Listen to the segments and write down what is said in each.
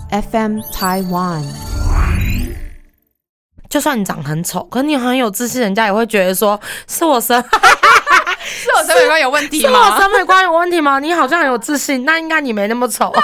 FM Taiwan。 就算你长很丑，可是你很有自信，人家也会觉得说是我审是我审美观有问题吗？ 是我审美观有问题吗？你好像很有自信，那应该你没那么丑。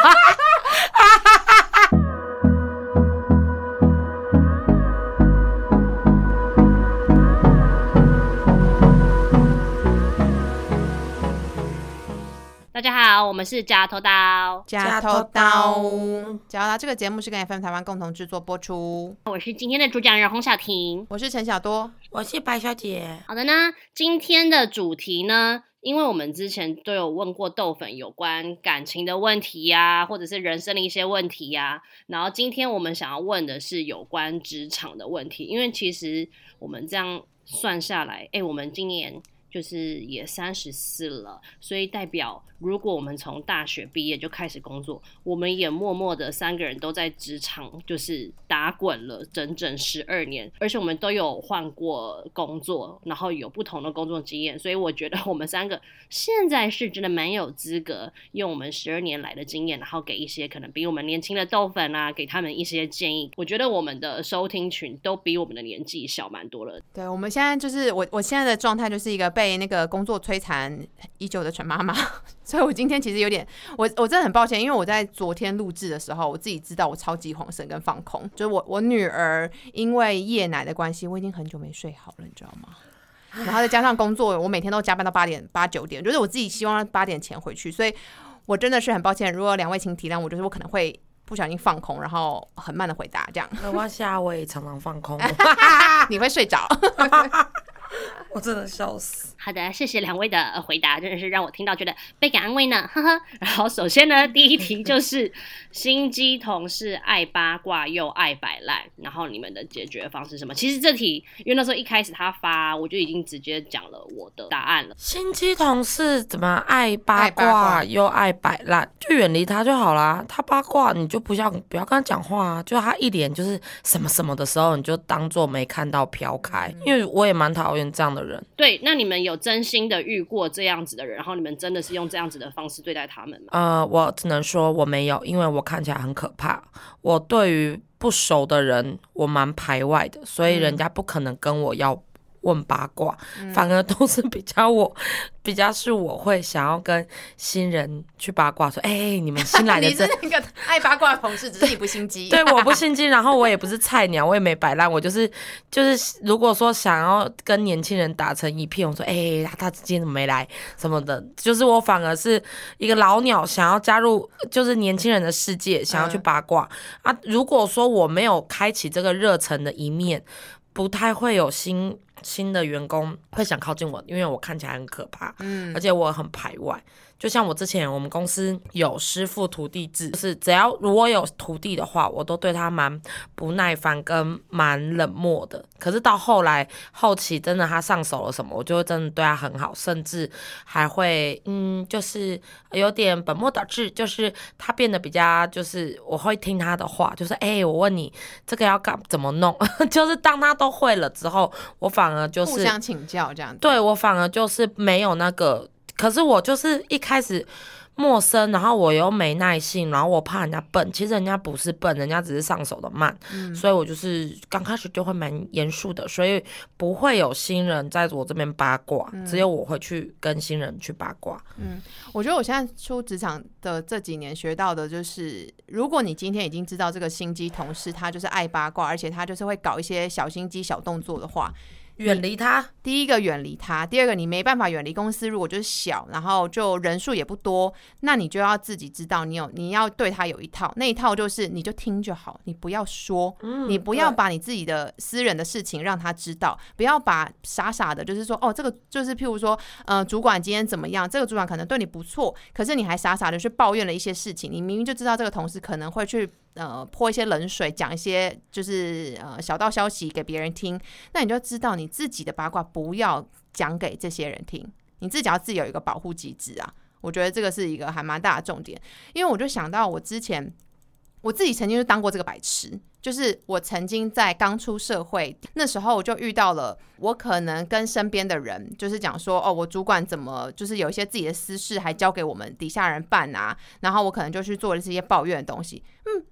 大家好，我们是假头刀。 假头刀，假头刀这个节目是跟 FM 台湾共同制作播出。 我是今天的主讲人洪小婷， 我是陈小多， 我是白小姐。 好的呢，今天的主题呢，因为我们之前都有问过豆粉有关感情的问题呀，或者是人生的一些问题呀，然后今天我们想要问的是有关职场的问题，因为其实我们这样算下来，我们今年就是也34了，所以代表如果我们从大学毕业就开始工作，我们也默默的3个人都在职场就是打滚了整整12年，而且我们都有换过工作，然后有不同的工作经验，所以我觉得我们3个现在是真的蛮有资格用我们12年来的经验，然后给一些可能比我们年轻的豆粉啊，给他们一些建议。我觉得我们的收听群都比我们的年纪小蛮多了。 对，我们现在就是我现在的状态就是一个被那个工作摧残已久的蠢妈妈，所以我今天其实有点，我真的很抱歉，因为我在昨天录制的时候，我自己知道我超级晃神跟放空，就是我女儿因为夜奶的关系，我已经很久没睡好了，你知道吗？然后再加上工作，我每天都加班到8点8、9点，就是我自己希望8点前回去，所以我真的是很抱歉，如果2位请体谅我，就是我可能会不小心放空，然后很慢的回答这样。 没关系啊，我也常常放空。 你会睡着。 我真的笑死。 好的，谢谢2位的回答，真的是让我听到觉得倍感安慰呢，呵呵。然后首先呢，第一题就是心机同事爱八卦又爱摆烂，然后你们的解决方式是什么？其实这题因为那时候一开始他发，我就已经直接讲了我的答案了。 心机同事怎么爱八卦又爱摆烂，就远离他就好啦。他八卦你就不要跟他讲话啊，就他一脸就是什么什么的时候，你就当作没看到飘开。因为我也蛮讨厌这样的人。 对，那你们有真心的遇过这样子的人，然后你们真的是用这样子的方式对待他们吗？ 我只能说我没有，因为我看起来很可怕。我对于不熟的人我蛮排外的，所以人家不可能跟我要问八卦，反而都是比较是我会想要跟新人去八卦说，你们新来的你是那个爱八卦的同事，只是你不心机。 对，我不心机，然后我也不是菜鸟，我也没摆烂，我就是如果说想要跟年轻人打成一片，我说他今天怎么没来什么的，就是我反而是一个老鸟，想要加入就是年轻人的世界，想要去八卦啊。如果说我没有开启这个热忱的一面，不太会有新的员工会想靠近我，因为我看起来很可怕，而且我很排外。就像我之前我们公司有师傅徒弟制，就是只要如果有徒弟的话，我都对他蛮不耐烦跟蛮冷漠的。可是到后期真的他上手了什么，我就会真的对他很好，甚至还会就是有点本末倒置，就是他变得比较就是我会听他的话，就是我问你这个要怎么弄，就是当他都会了之后，我反而就是互相请教这样子。 对，我反而就是没有那个。可是我就是一开始陌生，然后我又没耐性，然后我怕人家笨，其实人家不是笨，人家只是上手的慢，所以我就是刚开始就会蛮严肃的，所以不会有新人在我这边八卦，只有我会去跟新人去八卦。 我觉得我现在出职场的这几年学到的就是，如果你今天已经知道这个心机同事他就是爱八卦，而且他就是会搞一些小心机小动作的话， 远离他。 第一个远离他，第二个你没办法远离公司，如果就是小，然后就人数也不多，那你就要自己知道你要对他有一套，那一套就是你就听就好，你不要说，你不要把你自己的私人的事情让他知道，不要把傻傻的就是说这个就是譬如说主管今天怎么样，这个主管可能对你不错，可是你还傻傻的去抱怨了一些事情，你明明就知道这个同事可能会去泼一些冷水，讲一些就是小道消息给别人听，那你就知道你自己的八卦不要讲给这些人听，你自己要自己有一个保护机制啊。我觉得这个是一个还蛮大的重点，因为我就想到我之前我自己曾经就当过这个白痴，就是我曾经在刚出社会那时候，我就遇到了我可能跟身边的人就是讲说，哦，我主管怎么就是有一些自己的私事还交给我们底下人办啊，然后我可能就去做了这些抱怨的东西。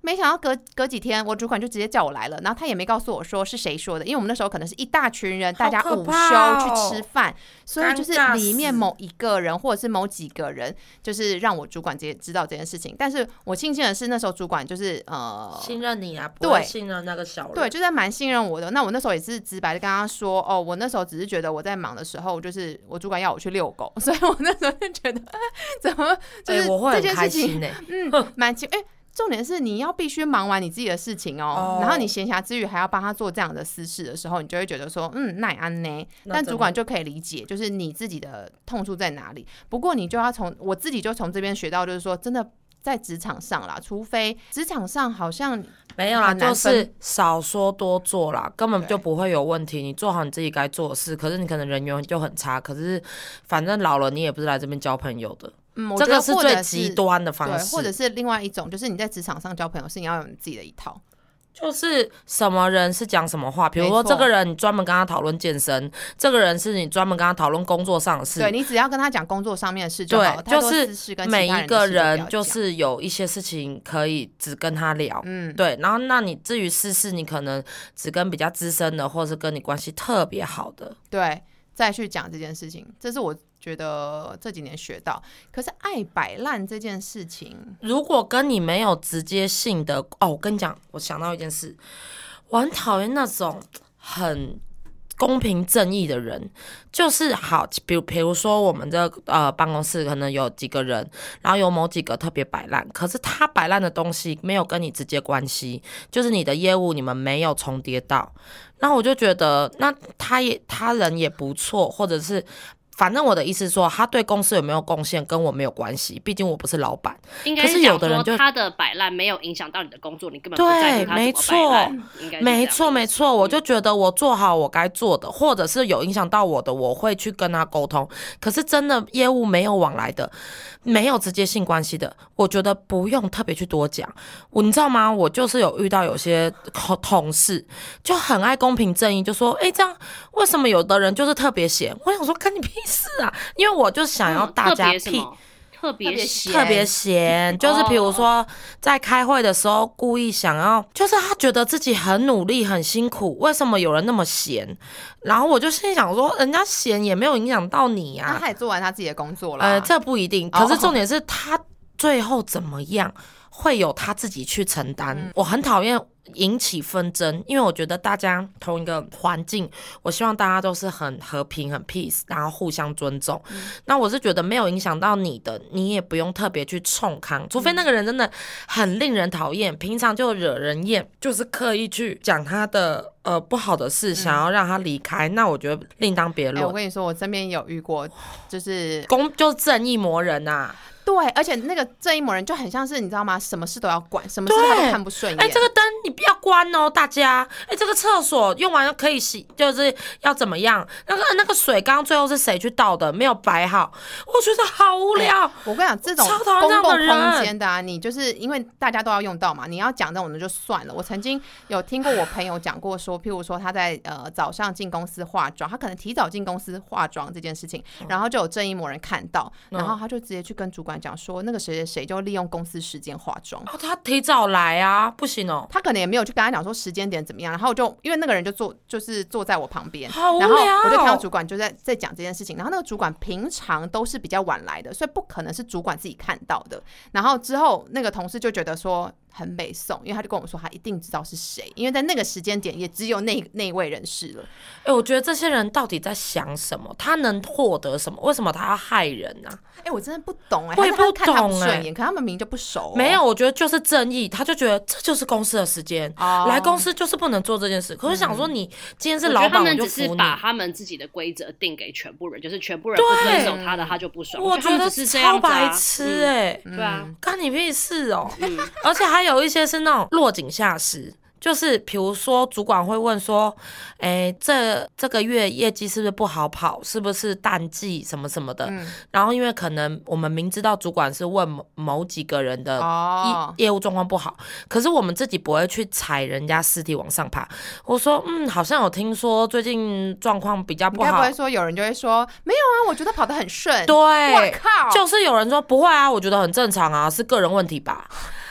没想到隔几天，我主管就直接叫我来了，然后他也没告诉我说是谁说的，因为我们那时候可能是一大群人，大家午休去吃饭，所以就是里面某一个人或者是某几个人，就是让我主管直接知道这件事情。但是我庆幸的是，那时候主管就是信任你啊，不会信任那个小人， 对，就是蛮信任我的。那我那时候也是直白的跟他说，哦，我那时候只是觉得我在忙的时候，就是我主管要我去遛狗，所以我那时候就觉得怎么就是这件事情，蛮重点是你要必须忙完你自己的事情然后你闲暇之余还要帮他做这样的私事的时候，你就会觉得说，那也安呢。但主管就可以理解，就是你自己的痛处在哪里。不过你就要我自己就从这边学到，就是说真的在职场上啦，除非职场上好像没有啦，就是少说多做啦，根本就不会有问题。你做好你自己该做的事，可是你可能人缘就很差，可是反正老了你也不是来这边交朋友的。这个是最极端的方式， 对，或者是另外一种，就是你在职场上交朋友是你要有你自己的一套， 就是什么人是讲什么话，比如说这个人你专门跟他讨论健身，这个人是你专门跟他讨论工作上的事， 对，你只要跟他讲工作上面的事就好了， 对，就是每一个人就是有一些事情可以只跟他聊，对，然后那你至于私事，你可能只跟比较资深的，或是跟你关系特别好的， 对，再去讲这件事情，这是我觉得这几年学到。可是爱摆烂这件事情， 如果跟你没有直接性的我跟你讲，我想到一件事，我很讨厌那种很公平正义的人，就是好，比如说我们这办公室可能有几个人，然后有某几个特别摆烂，可是他摆烂的东西没有跟你直接关系，就是你的业务你们没有重叠到，然后我就觉得那他人也不错，或者是反正我的意思是说，他对公司有没有贡献跟我没有关系，毕竟我不是老板。 应该是讲说他的摆烂没有影响到你的工作，你根本不在乎他怎么摆烂。 没错，没错，我就觉得我做好我该做的，或者是有影响到我的，我会去跟他沟通。可是真的业务没有往来的，没有直接性关系的，我觉得不用特别去多讲。你知道吗？我就是有遇到有些同事就很爱公平正义，就说这样为什么有的人就是特别闲？我想说跟你屁事啊！因为我就想要大家特别闲，就是比如说在开会的时候故意想要，就是他觉得自己很努力很辛苦，为什么有人那么闲？然后我就心里想说，人家闲也没有影响到你啊， 他也做完他自己的工作了。 这不一定，可是重点是他最后怎么样，会有他自己去承担。我很讨厌引起纷争，因为我觉得大家同一个环境，我希望大家都是很和平很 peace， 然后互相尊重。那我是觉得没有影响到你的，你也不用特别去冲康，除非那个人真的很令人讨厌，平常就惹人厌，就是刻意去讲他的不好的事，想要让他离开，那我觉得另当别论。 我跟你说，我身边有遇过，就是正义魔人啊。 对，而且那个正义魔人就很像是你知道吗？什么事都要管，什么事他都看不顺眼。 这个灯你不要关哦，大家。这个厕所用完可以洗，就是要怎么样？那个水刚刚最后是谁去倒的？没有摆好，我觉得好无聊。 我跟你讲，这种公共空间的啊，你就是因为大家都要用到嘛，你要讲这种的就算了。我曾经有听过我朋友讲过说，譬如说他在早上进公司化妆，他可能提早进公司化妆这件事情，然后就有正义魔人看到，然后他就直接去跟主管讲说，那个谁谁谁就利用公司时间化妆。 他提早来啊，不行哦。 他可能也没有去跟他讲说时间点怎么样，然后因为那个人就是坐在我旁边， 好无聊。 然后我就听到主管就在讲这件事情，然后那个主管平常都是比较晚来的，所以不可能是主管自己看到的。然后之后那个同事就觉得说很北宋，因为他就跟我说他一定知道是谁，因为在那个时间点也只有那一位人士了。 我觉得这些人到底在想什么？他能获得什么？为什么他要害人啊？ 我真的不懂我也不懂看他不顺眼，可他们明明就不熟。 没有，我觉得就是正义，他就觉得这就是公司的时间，来公司就是不能做这件事。可是想说你今天是老板，我就服你。 他们只是把他们自己的规则定给全部人，就是全部人不遵守他的，他就不爽。 我觉得超白痴对啊， 干你屁事哦！而且还有一些是那种落井下石。就是比如说主管会问说这个月业绩是不是不好跑，是不是淡季什么什么的，然后因为可能我们明知道主管是问某几个人的业务状况不好，可是我们自己不会去踩人家尸体往上爬。我说好像有听说最近状况比较不好， 你该不会说有人就会说没有啊，我觉得跑得很顺。 对， 我靠， 就是有人说不会啊，我觉得很正常啊，是个人问题吧。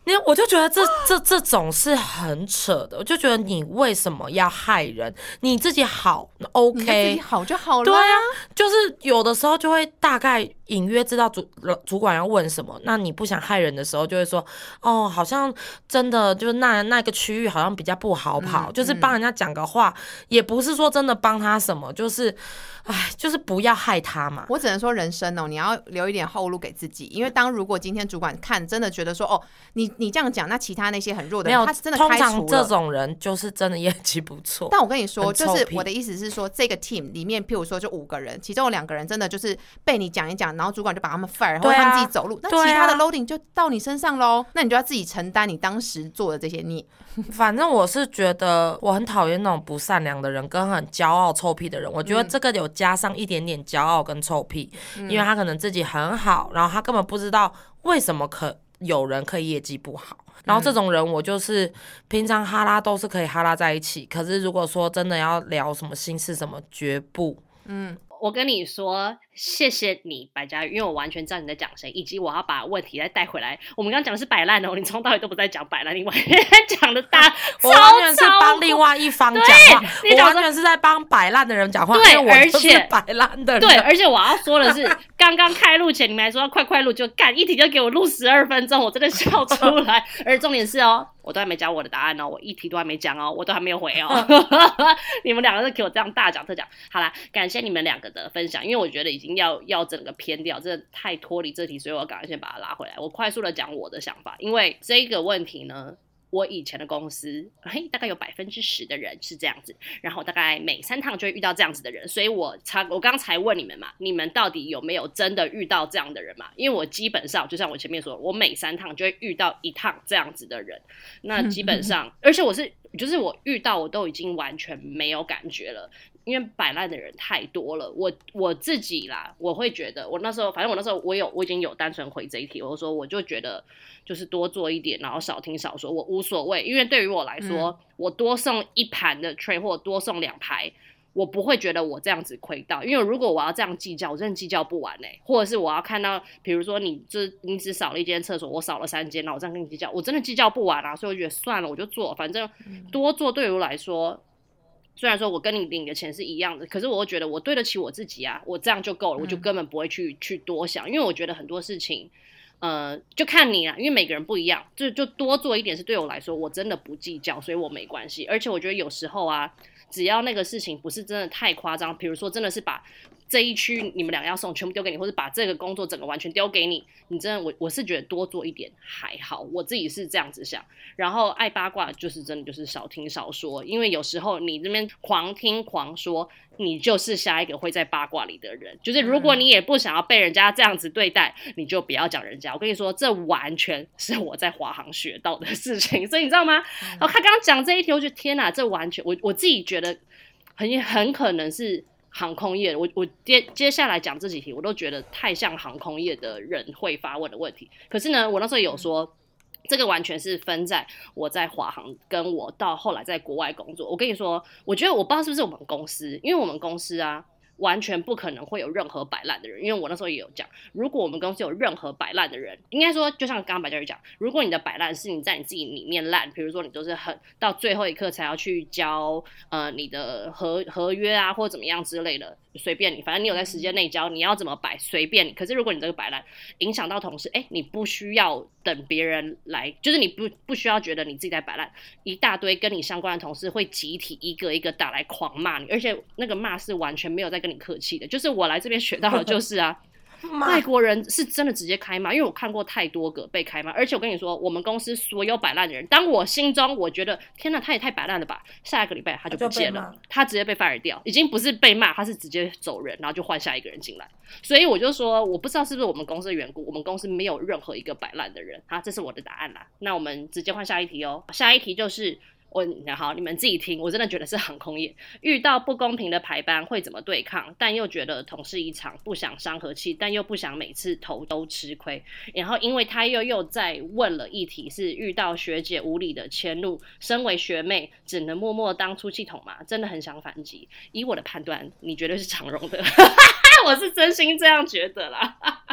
我就觉得这种是很扯的，我就觉得你为什么要害人？你自己好 OK， 你自己好就好了。 对啊，就是有的时候就会大概隐约知道主管要问什么，那你不想害人的时候，就会说哦，好像真的就是那个区域好像比较不好跑，就是帮人家讲个话，也不是说真的帮他什么，就是就是不要害他嘛。 我只能说人生哦，你要留一点后路给自己，因为如果今天主管看真的觉得说哦，你这样讲，那其他那些很弱的人，他真的开除了。 通常这种人就是真的业绩不错。 但我跟你说，就是我的意思是说，这个 team 里面，譬如说就5个人，其中有2个人真的就是被你讲一讲，然后主管就把他们 fire， 然后他们自己走路，那其他的 loading 就到你身上咯，那你就要自己承担你当时做的这些孽。 反正我是觉得我很讨厌那种不善良的人跟很骄傲臭屁的人，我觉得这个有加上一点点骄傲跟臭屁，因为他可能自己很好，然后他根本不知道为什么有人可以业绩不好，然后这种人我就是平常哈拉都是可以哈拉在一起，可是如果说真的要聊什么心事什么，绝不。 我跟你说，谢谢你白嘉瑜，因为我完全知道你在讲谁，以及我要把问题再带回来。我们刚刚讲的是摆烂哦，你从头到尾都不在讲摆烂，你完全讲的我完全是帮另外一方讲话，我完全是在帮摆烂的人讲话， 对， 因为我就是摆烂的人。 对，而且我要说的是，刚刚开录前你们还说要快录，就干一题就给我录12分钟，我真的笑出来。而且重点是哦，我都还没讲我的答案哦，我一题都还没讲哦，我都还没有回哦。你们2个是给我这样大讲特讲。好啦，感谢你们2个的分享，因为我觉得已经要整个偏掉，真的太脱离这题，所以我赶快先把它拉回来。我快速的讲我的想法，因为这个问题呢，我以前的公司大概有10%的人是这样子，然后大概每3趟就会遇到这样子的人，所以我刚才问你们嘛，你们到底有没有真的遇到这样的人嘛？因为我基本上就像我前面说，我每3趟就会遇到1趟这样子的人，那基本上而且就是我遇到我都已经完全没有感觉了，因为摆烂的人太多了。我自己啦，我会觉得我那时候我已经有单纯回这一题，我说我就觉得就是多做一点，然后少听少说，我无所谓，因为对于我来说，我多送1盘的 tray 或多送2排，我不会觉得我这样子亏到，因为如果我要这样计较，我真的计较不完或者是我要看到，比如说你只少了1间厕所，我少了3间，那我这样跟你计较，我真的计较不完啊，所以我觉得算了，我就做，反正多做对于我来说。虽然说我跟你领的钱是一样的，可是我会觉得我对得起我自己啊，我这样就够了，我就根本不会去多想，因为我觉得很多事情，就看你啦，因为每个人不一样，就多做一点是对我来说，我真的不计较，所以我没关系。而且我觉得有时候啊，只要那个事情不是真的太夸张，比如说真的是把这一区你们2个要送全部丢给你，或者把这个工作整个完全丢给你，你真的我是觉得多做一点还好，我自己是这样子想。然后爱八卦就是真的就是少听少说，因为有时候你这边狂听狂说，你就是下一个会在八卦里的人。就是如果你也不想要被人家这样子对待，你就不要讲人家。我跟你说，这完全是我在华航学到的事情，所以你知道吗？然后他刚刚讲这一题，我觉得天哪，这完全我自己觉得很可能是航空业。我接下来讲这几题，我都觉得太像航空业的人会发问的问题。可是呢，我那时候有说。这个完全是分在我在华航跟我到后来在国外工作。我跟你说，我觉得我不知道是不是我们公司，因为我们公司啊完全不可能会有任何摆烂的人，因为我那时候也有讲，如果我们公司有任何摆烂的人，应该说就像刚刚白教授讲，如果你的摆烂是你在你自己里面烂，比如说你都是到最后一刻才要去交你的合约啊或者怎么样之类的，随便你，反正你有在时间内交，你要怎么摆随便你。可是如果你这个摆烂影响到同事，你不需要等别人来，就是你不需要觉得你自己在摆烂，一大堆跟你相关的同事会集体一个一个打来狂骂你，而且那个骂是完全没有在跟你客气的。就是我来这边学到的就是啊外国人是真的直接开骂，因为我看过太多个被开骂。而且我跟你说，我们公司所有摆烂的人，当我心中我觉得天哪他也太摆烂了吧，下一个礼拜他就不见了，他直接被 fire 掉，已经不是被骂，他是直接走人，然后就换下一个人进来。所以我就说我不知道是不是我们公司的缘故，我们公司没有任何一个摆烂的人。这是我的答案啦。那我们直接换下一题哦。下一题就是好，你们自己听，我真的觉得是航空业遇到不公平的排班会怎么对抗，但又觉得同事一场，不想伤和气，但又不想每次头都吃亏。然后因为他又再问了一题，是遇到学姐无理的迁怒，身为学妹只能默默当出气筒嘛，真的很想反击。以我的判断，你绝对是长荣的我是真心这样觉得啦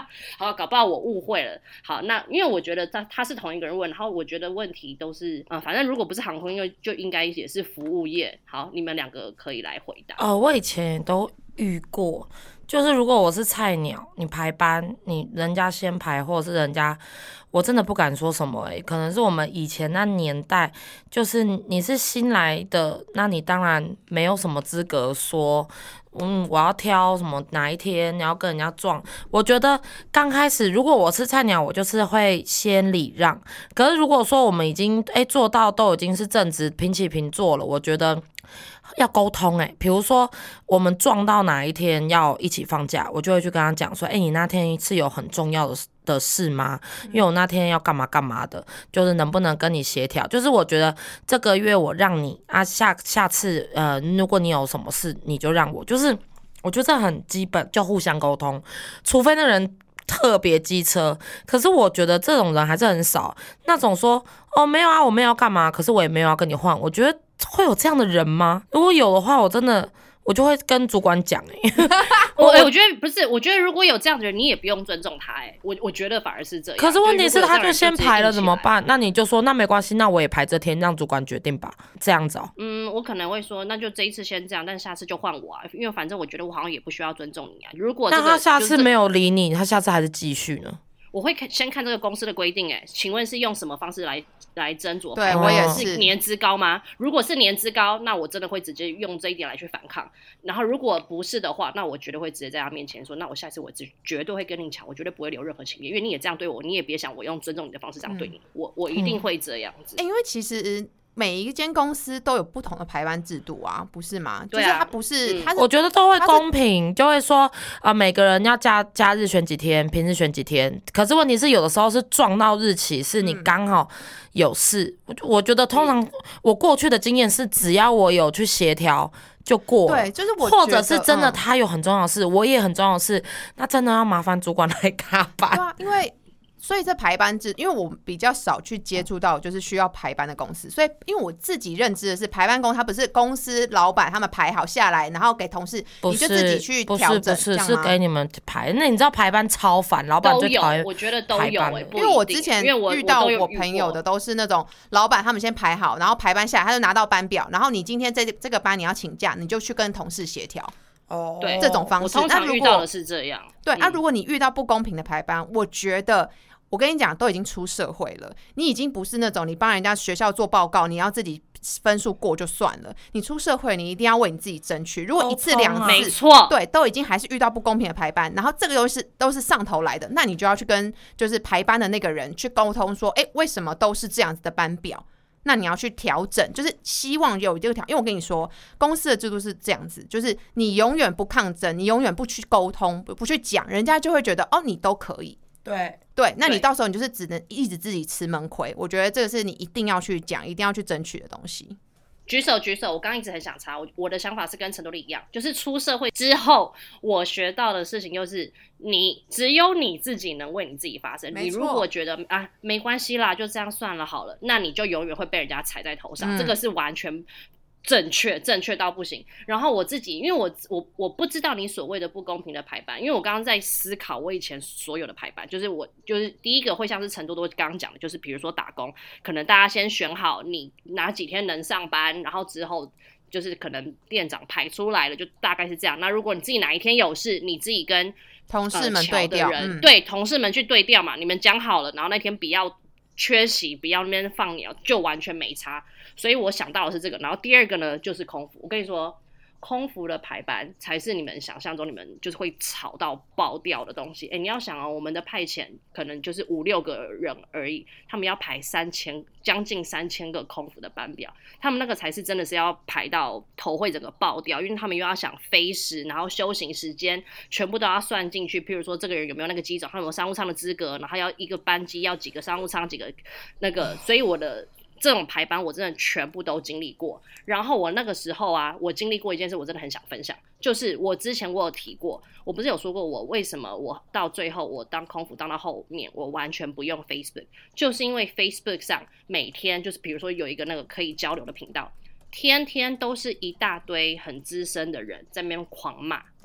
好，搞不好我误会了。好，那因为我觉得他是同一个人问，然后我觉得问题都是反正如果不是航空业，就应该也是服务业。好，你们两个可以来回答。 我以前都遇过，就是如果我是菜鸟，你排班，人家先排，或者是人家，我真的不敢说什么可能是我们以前那年代，就是你是新来的，那你当然没有什么资格说，我要挑什么哪一天你要跟人家撞。我觉得刚开始如果我是菜鸟，我就是会先礼让。可是如果说我们已经做到都已经是正职平起平坐了，我觉得要沟通比如说我们撞到哪一天要一起放假，我就会去跟他讲说你那天是有很重要的事吗？因为我那天要干嘛干嘛的，就是能不能跟你协调，就是我觉得这个月我让你下次如果你有什么事你就让我，就是我觉得这很基本，就互相沟通，除非那人特别机车，可是我觉得这种人还是很少。那种说没有啊，我没有要干嘛，可是我也没有要跟你换，我觉得会有这样的人吗？如果有的话，我就会跟主管讲我觉得不是，我觉得如果有这样的人，你也不用尊重他我觉得反而是这样。 可是问题是他就先排了怎么办？那你就说那没关系，那我也排这天，让主管决定吧，这样子我可能会说那就这一次先这样，但下次就换我因为反正我觉得我好像也不需要尊重你如果那他下次没有理你，他下次还是继续呢？ 我会先看这个公司的规定请问是用什么方式来斟酌？ 对，我也是年资高吗？如果是年资高，那我真的会直接用这一点来去反抗。然后如果不是的话，那我绝对会直接在他面前说，那我下次我绝对会跟你讲，我绝对不会留任何情面，因为你也这样对我，你也别想我用尊重你的方式这样对你，我一定会这样子。 因为其实每一间公司都有不同的排班制度不是吗？ 对就是它不是， 我觉得都会公平，就会说每个人要假日选几天，平日选几天。可是问题是，有的时候是撞到日期，是你刚好有事。我觉得通常我过去的经验是，只要我有去协调就过了。 对，就是我觉得或者是真的他有很重要的事，我也很重要的事，那真的要麻烦主管来卡班。 对因为。所以这排班制，因为我比较少去接触到就是需要排班的公司，所以因为我自己认知的是排班公司，它不是公司老板他们排好下来，然后给同事，你就自己去调整， 是给你们排。那你知道排班超烦，老板最讨厌。 我觉得都有因为我之前遇到我朋友的都是那种老板他们先排好，然后排班下来他就拿到班表，然后你今天这个班你要请假，你就去跟同事协调。 对， 这种方式。 我通常遇到的是这样。 对如果你遇到不公平的排班，我觉得。我跟你讲，都已经出社会了，你已经不是那种你帮人家学校做报告，你要自己分数过就算了。你出社会，你一定要为你自己争取。如果一次两次， 没错， 对，都已经还是遇到不公平的排班，然后这个都是上头来的，那你就要去跟就是排班的那个人去沟通说，为什么都是这样子的班表？那你要去调整，就是希望有这个因为我跟你说，公司的制度是这样子，就是你永远不抗争，你永远不去沟通，不去讲，人家就会觉得你都可以。对，那你到时候你就是只能一直自己吃闷亏。我觉得这个是你一定要去讲、一定要去争取的东西。 举手，我刚刚一直很想插，我的想法是跟陈多丽一样，就是出社会之后，我学到的事情就是只有你自己能为你自己发声。你如果觉得没关系啦，就这样算了好了，那你就永远会被人家踩在头上，这个是完全。正确到不行。然后我自己，因为我不知道你所谓的不公平的排班，因为我刚刚在思考我以前所有的排班，就是第一个会像是陈多多刚刚讲的，就是比如说打工，可能大家先选好你哪几天能上班，然后之后就是可能店长排出来了，就大概是这样。那如果你自己哪一天有事，你自己跟同事们对调， 对同事们去对调嘛，你们讲好了，然后那天不要缺席，不要那边放鸟，就完全没差。所以我想到的是这个。然后第二个呢，就是空服。我跟你说，空服的排班才是你们想象中你们就是会吵到爆掉的东西。你要想我们的派遣可能就是5-6个人而已，他们要排将近3000个空服的班表，他们那个才是真的是要排到头会整个爆掉，因为他们又要想飞时，然后休息时间全部都要算进去。譬如说这个人有没有那个机长，他有没有商务舱的资格，然后要一个班机要几个商务舱，几个那个，所以我的这种排班我真的全部都经历过。然后我那个时候我经历过一件事，我真的很想分享，就是我之前我有提过，我不是有说过我为什么我到最后我当空服当到后面我完全不用 Facebook， 就是因为 Facebook 上每天就是比如说有一个那个可以交流的频道，天天都是一大堆很资深的人在那边狂骂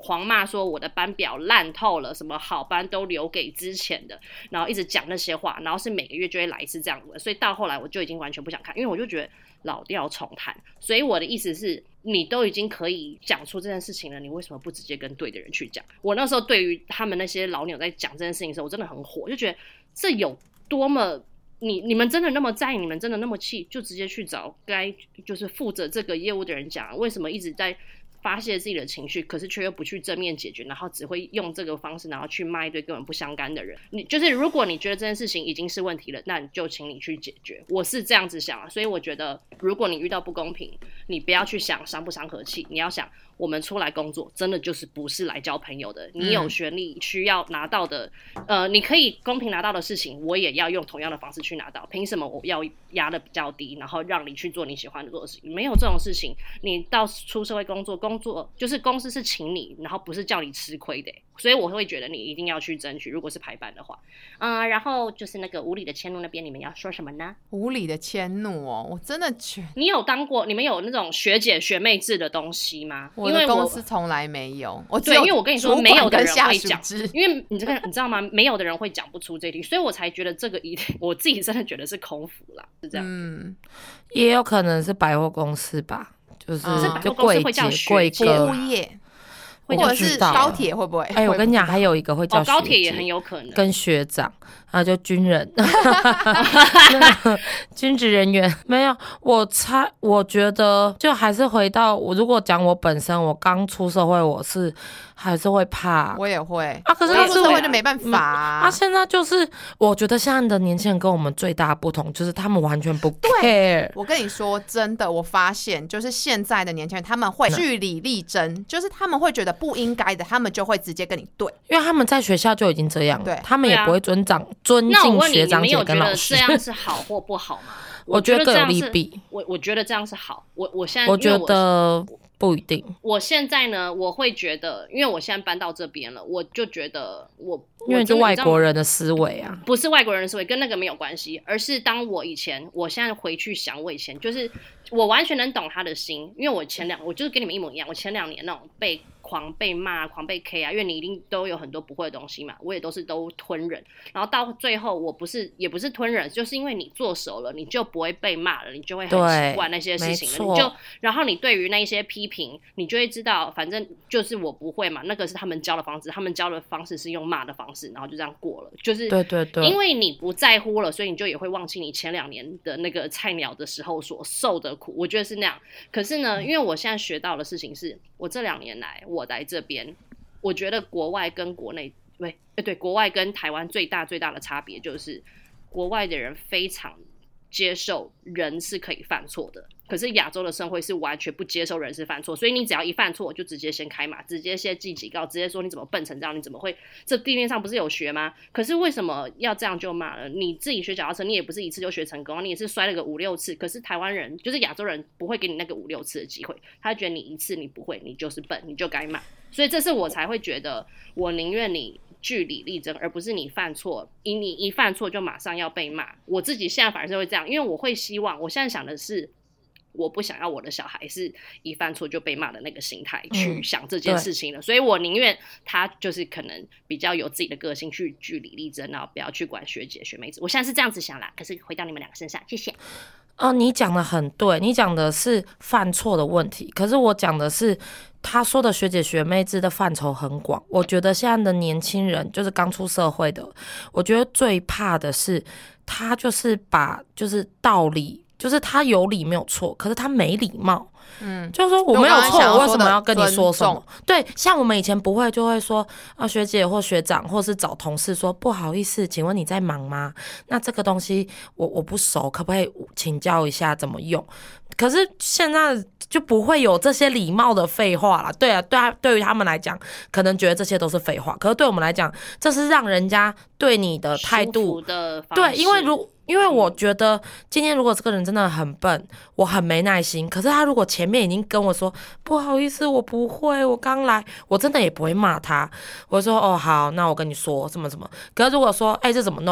狂骂说我的班表烂透了，什么好班都留给之前的，然后一直讲那些话，然后是每个月就会来一次这样的，所以到后来我就已经完全不想看，因为我就觉得老调重弹。所以我的意思是，你都已经可以讲出这件事情了，你为什么不直接跟对的人去讲？我那时候对于他们那些老鸟在讲这件事情的时候，我真的很火，就觉得这有多么。你们真的那么在意，你们真的那么气，就直接去找该就是负责这个业务的人讲，为什么一直在发泄自己的情绪，可是却又不去正面解决，然后只会用这个方式，然后去骂一堆根本不相干的人。你就是如果你觉得这件事情已经是问题了，那你就请你去解决。我是这样子想啊，所以我觉得如果你遇到不公平，你不要去想伤不伤和气，你要想我们出来工作真的就是不是来交朋友的，你有权利需要拿到的你可以公平拿到的事情，我也要用同样的方式去拿到，凭什么我要压的比较低，然后让你去做你喜欢做的事情？没有这种事情。你到出社会工作就是公司是请你，然后不是叫你吃亏的，所以我会觉得你一定要去争取，如果是排班的话。然后就是那个无理的迁怒那边，你们要说什么呢？ 无理的迁怒哦，我真的觉得你有当过，你们有那种学姐学妹制的东西吗？ 我的公司从来没有， 对，因为我跟你说，没有的人会讲，因为你知道吗？没有的人会讲不出这题，所以我才觉得这个我自己真的觉得是空服啦，是这样。 也有可能是百货公司吧，就是就柜姐、柜服哥、 务业，或者是高铁会不会？ 我跟你讲，还有一个会叫学姐， 高铁也很有可能跟学长，就军人，军职人员没有。我觉得就还是回到我，如果讲我本身，我刚出社会，我是还是会怕， 我也会可是出社会就没办法现在就是我觉得现在的年轻人跟我们最大的不同就是他们完全不 care。 我跟你说真的，我发现就是现在的年轻人他们会据理力争，就是他们会觉得不应该的，他们就会直接跟你对， 因为他们在学校就已经这样了， 对， 他们也不会尊敬学长姐跟老师。 那我问你，你们有觉得这样是好或不好吗？ 我觉得各有利弊。 我觉得这样是好。我现在我觉得不一定。 我现在呢，我会觉得，因为我现在搬到这边了，我就觉得因为就外国人的思维啊， 不是外国人的思维，跟那个没有关系，而是当我现在回去想，我以前就是我完全能懂他的心，因为我就是跟你们一模一样，我前2年那种狂被骂、狂被 K 因为你一定都有很多不会的东西嘛，我也都吞忍，然后到最后也不是吞忍，就是因为你做熟了，你就不会被骂了，你就会很习惯那些事情了，然后你对于那些批评，你就会知道，反正就是我不会嘛，那个是他们教的方式，他们教的方式是用骂的方式，然后就这样过了，就是对， 因为你不在乎了，所以你就也会忘记你前2年的那个菜鸟的时候所受的苦，我觉得是那样。可是呢，因为我现在学到的事情是，我这2年来我来这边，我觉得国外跟国内对国外跟台湾最大的差别就是国外的人非常接受人是可以犯错的，可是亚洲的社会是完全不接受人是犯错，所以你只要一犯错就直接先开骂，直接先记警告，直接说你怎么笨成这样，你怎么会，这地面上不是有学吗？可是为什么要这样就骂了？你自己学脚踏车你也不是一次就学成功，你也是摔了个5-6次，可是台湾人就是亚洲人不会给你那个5-6次的机会，他觉得你一次你不会，你就是笨，你就该骂。所以这是我才会觉得我宁愿你据理力争，而不是你犯错，你一犯错就马上要被骂。我自己现在反而是会这样，因为我会希望，我现在想的是，我不想要我的小孩是一犯错就被骂的那个心态去想这件事情了，所以我宁愿他就是可能比较有自己的个性去据理力争，然后不要去管学姐学妹子。我现在是这样子想啦，可是回到你们2个身上，谢谢。 你讲的很对，你讲的是犯错的问题，可是我讲的是他说的学姐学妹制的范畴很广。我觉得现在的年轻人就是刚出社会的，我觉得最怕的是他就是把就是道理，就是他有理没有错，可是他没礼貌。就是说我没有错，我为什么要跟你说什么？对，像我们以前不会就会说学姐或学长，或是找同事说不好意思，请问你在忙吗？那这个东西我不熟，可不可以请教一下怎么用？可是现在就不会有这些礼貌的废话啦。对于他们来讲，可能觉得这些都是废话，可是对我们来讲，这是让人家对你的态度的方式。 对，因为我觉得今天如果这个人真的很笨，我很没耐心，可是他如果前面已经跟我说不好意思我不会，我刚来，我真的也不会骂他，我说好，那我跟你说什么什么。可是如果说这怎么弄啊，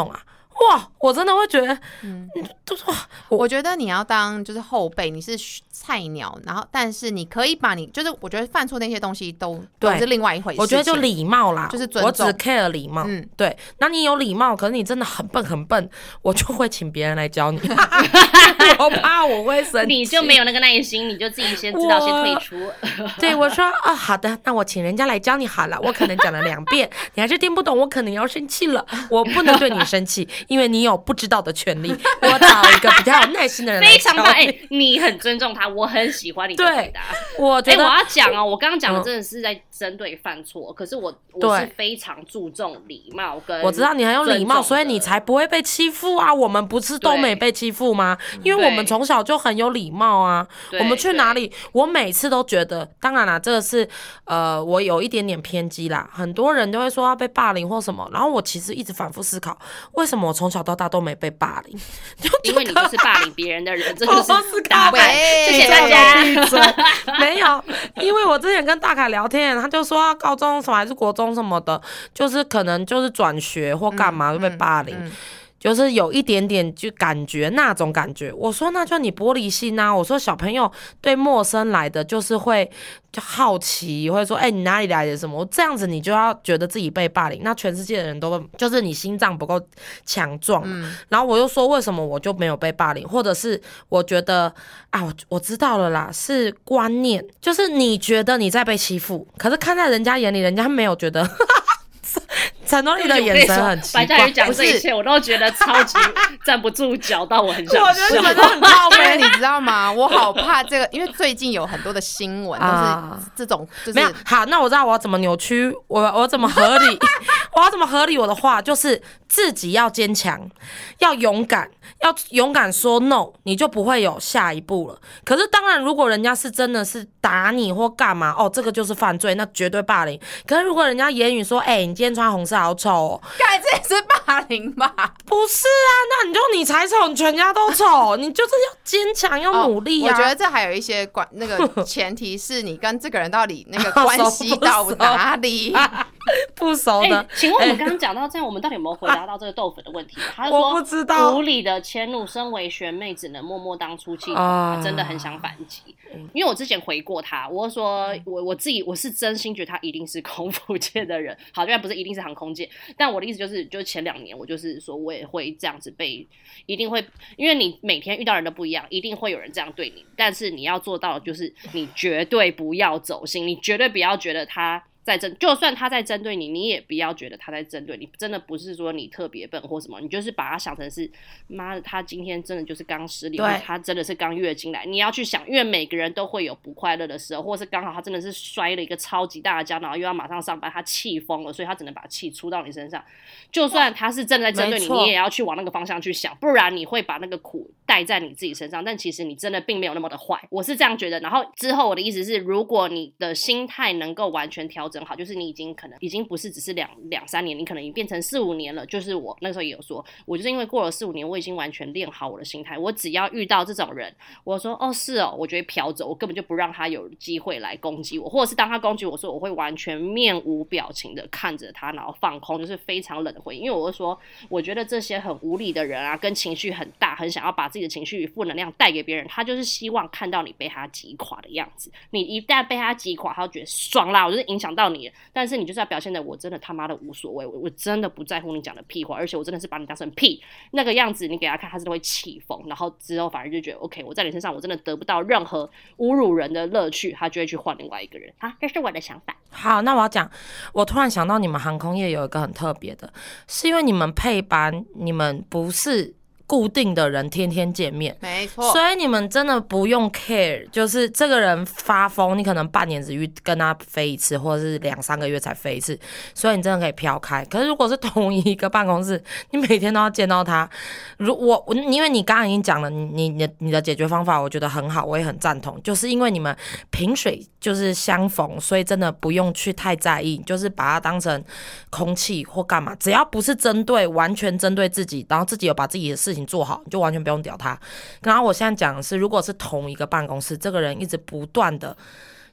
哇，我真的会觉得，就是哇， 我觉得你要当就是后辈，你是菜鸟，然后但是你可以把你就是我觉得犯错那些东西都是另外一回事。 我觉得就礼貌啦， 就是尊重。 我只 care 礼貌，对。那你有礼貌，可是你真的很笨，我就会请别人来教你。我怕我会生气， 你就没有那个耐心，你就自己先知道先退出。 对，我说好的，那我请人家来教你好了。我可能讲了2遍，你还是听不懂，我可能要生气了。我不能对你生气，因为你有不知道的权利。我找一个比较有耐心的人来教你。 非常棒，你很尊重他，我很喜欢你的回答。 我觉得我要讲哦，我刚刚讲的真的是在针对犯错，可是我是非常注重礼貌跟我知道你很有礼貌，所以你才不会被欺负啊。我们不是都没被欺负吗？因为我们从小就很有礼貌啊。我们去哪里，我每次都觉得，当然啦，这个是我有一点点偏激啦。很多人都会说要被霸凌或什么，然后我其实一直反复思考，为什么我从小到大都没被霸凌？ 因为你就是霸凌别人的人，这就是答案。谢谢大家。没有，因为我之前跟大凯聊天，他就说高中什么还是国中什么的，就是可能就是转学或干嘛就被霸凌。就是有一点点就感觉那种感觉，我说那就你玻璃心啊。我说小朋友对陌生来的就是会就好奇，会说你哪里来的什么，这样子你就要觉得自己被霸凌，那全世界的人都就是你心脏不够强壮。然后我又说为什么我就没有被霸凌，或者是我觉得我知道了啦，是观念，就是你觉得你在被欺负，可是看在人家眼里，人家没有觉得。陈多丽的眼神很奇怪， 白嘉瑜讲这一切，我都觉得超级站不住脚，到我很想笑。 我觉得你们都很靠背， 你知道吗？我好怕这个，因为最近有很多的新闻都是这种，就是没有好。那我知道我要怎么扭曲，我怎么合理，我要怎么合理我的话，就是自己要坚强，要勇敢说 no， 你就不会有下一步了。可是当然，如果人家是真的是打你或干嘛，这个就是犯罪，那绝对霸凌。可是如果人家言语说，你今天穿红色好丑哦， 干这也是霸凌吧？ 不是啊，那你才丑，你全家都丑，你就是要坚强，要努力啊。 我觉得这还有一些那个前提是你跟这个人到底那个关系到哪里。 不熟的， 请问我们刚刚讲到这样，我们到底有没有回答到这个豆粉的问题？他说我不知道， 无理的迁怒，身为学妹只能默默当出气筒，真的很想反击。因为我之前回过他，我说我自己我是真心觉得他一定是空服界的人，好，虽然不是一定是航空界，但我的意思就是前2年我就是说我也会这样子一定会，因为你每天遇到人都不一样，一定会有人这样对你，但是你要做到的就是你绝对不要走心，你绝对不要觉得他就算他在针对你，你也不要觉得他在针对你，真的不是说你特别笨或什么，你就是把他想成是妈的，他今天真的就是刚失恋，他真的是刚月经来，你要去想，因为每个人都会有不快乐的时候，或是刚好他真的是摔了一个超级大的跤，然后又要马上上班，他气疯了，所以他只能把气出到你身上。就算他是真的在针对你，你也要去往那个方向去想，不然你会把那个苦带在你自己身上。但其实你真的并没有那么的坏，我是这样觉得。然后之后我的意思是，如果你的心态能够完全调整好，就是你可能已经不是只是两三年，你可能已经变成4、5年了。就是我那时候也有说，我就是因为过了4、5年，我已经完全练好我的心态。我只要遇到这种人，我说是哦，我就会飘走，我根本就不让他有机会来攻击我，或者是当他攻击我说，我会完全面无表情的看着他，然后放空，就是非常冷的回应。因为我会说，我觉得这些很无理的人啊，跟情绪很大，很想要把自己的情绪与负能量带给别人，他就是希望看到你被他击垮的样子。你一旦被他击垮，他就觉得爽啦，我就是影响到你了。但是你就是要表现的我真的他妈的无所谓，我真的不在乎你讲的屁话，而且我真的是把你当成屁那个样子，你给他看，他真的会气疯，然后之后反而就觉得 OK， 我在你身上我真的得不到任何侮辱人的乐趣，他就会去换另外一个人。这是我的想法。 好，那我要讲，我突然想到你们航空业有一个很特别的，是因为你们配班，你们不是固定的人天天见面， 没错， 所以你们真的不用 care， 就是这个人发疯，你可能半年只跟他飞一次，或者是2、3个月才飞一次，所以你真的可以飘开。可是如果是同一个办公室，你每天都要见到他，因为你刚刚已经讲了，你的解决方法，我觉得很好，我也很赞同，就是因为你们萍水就是相逢，所以真的不用去太在意，就是把它当成空气或干嘛，只要不是完全针对自己，然后自己有把自己的事情做好，你就完全不用屌他。然后我现在讲的是，如果是同一个办公室，这个人一直不断的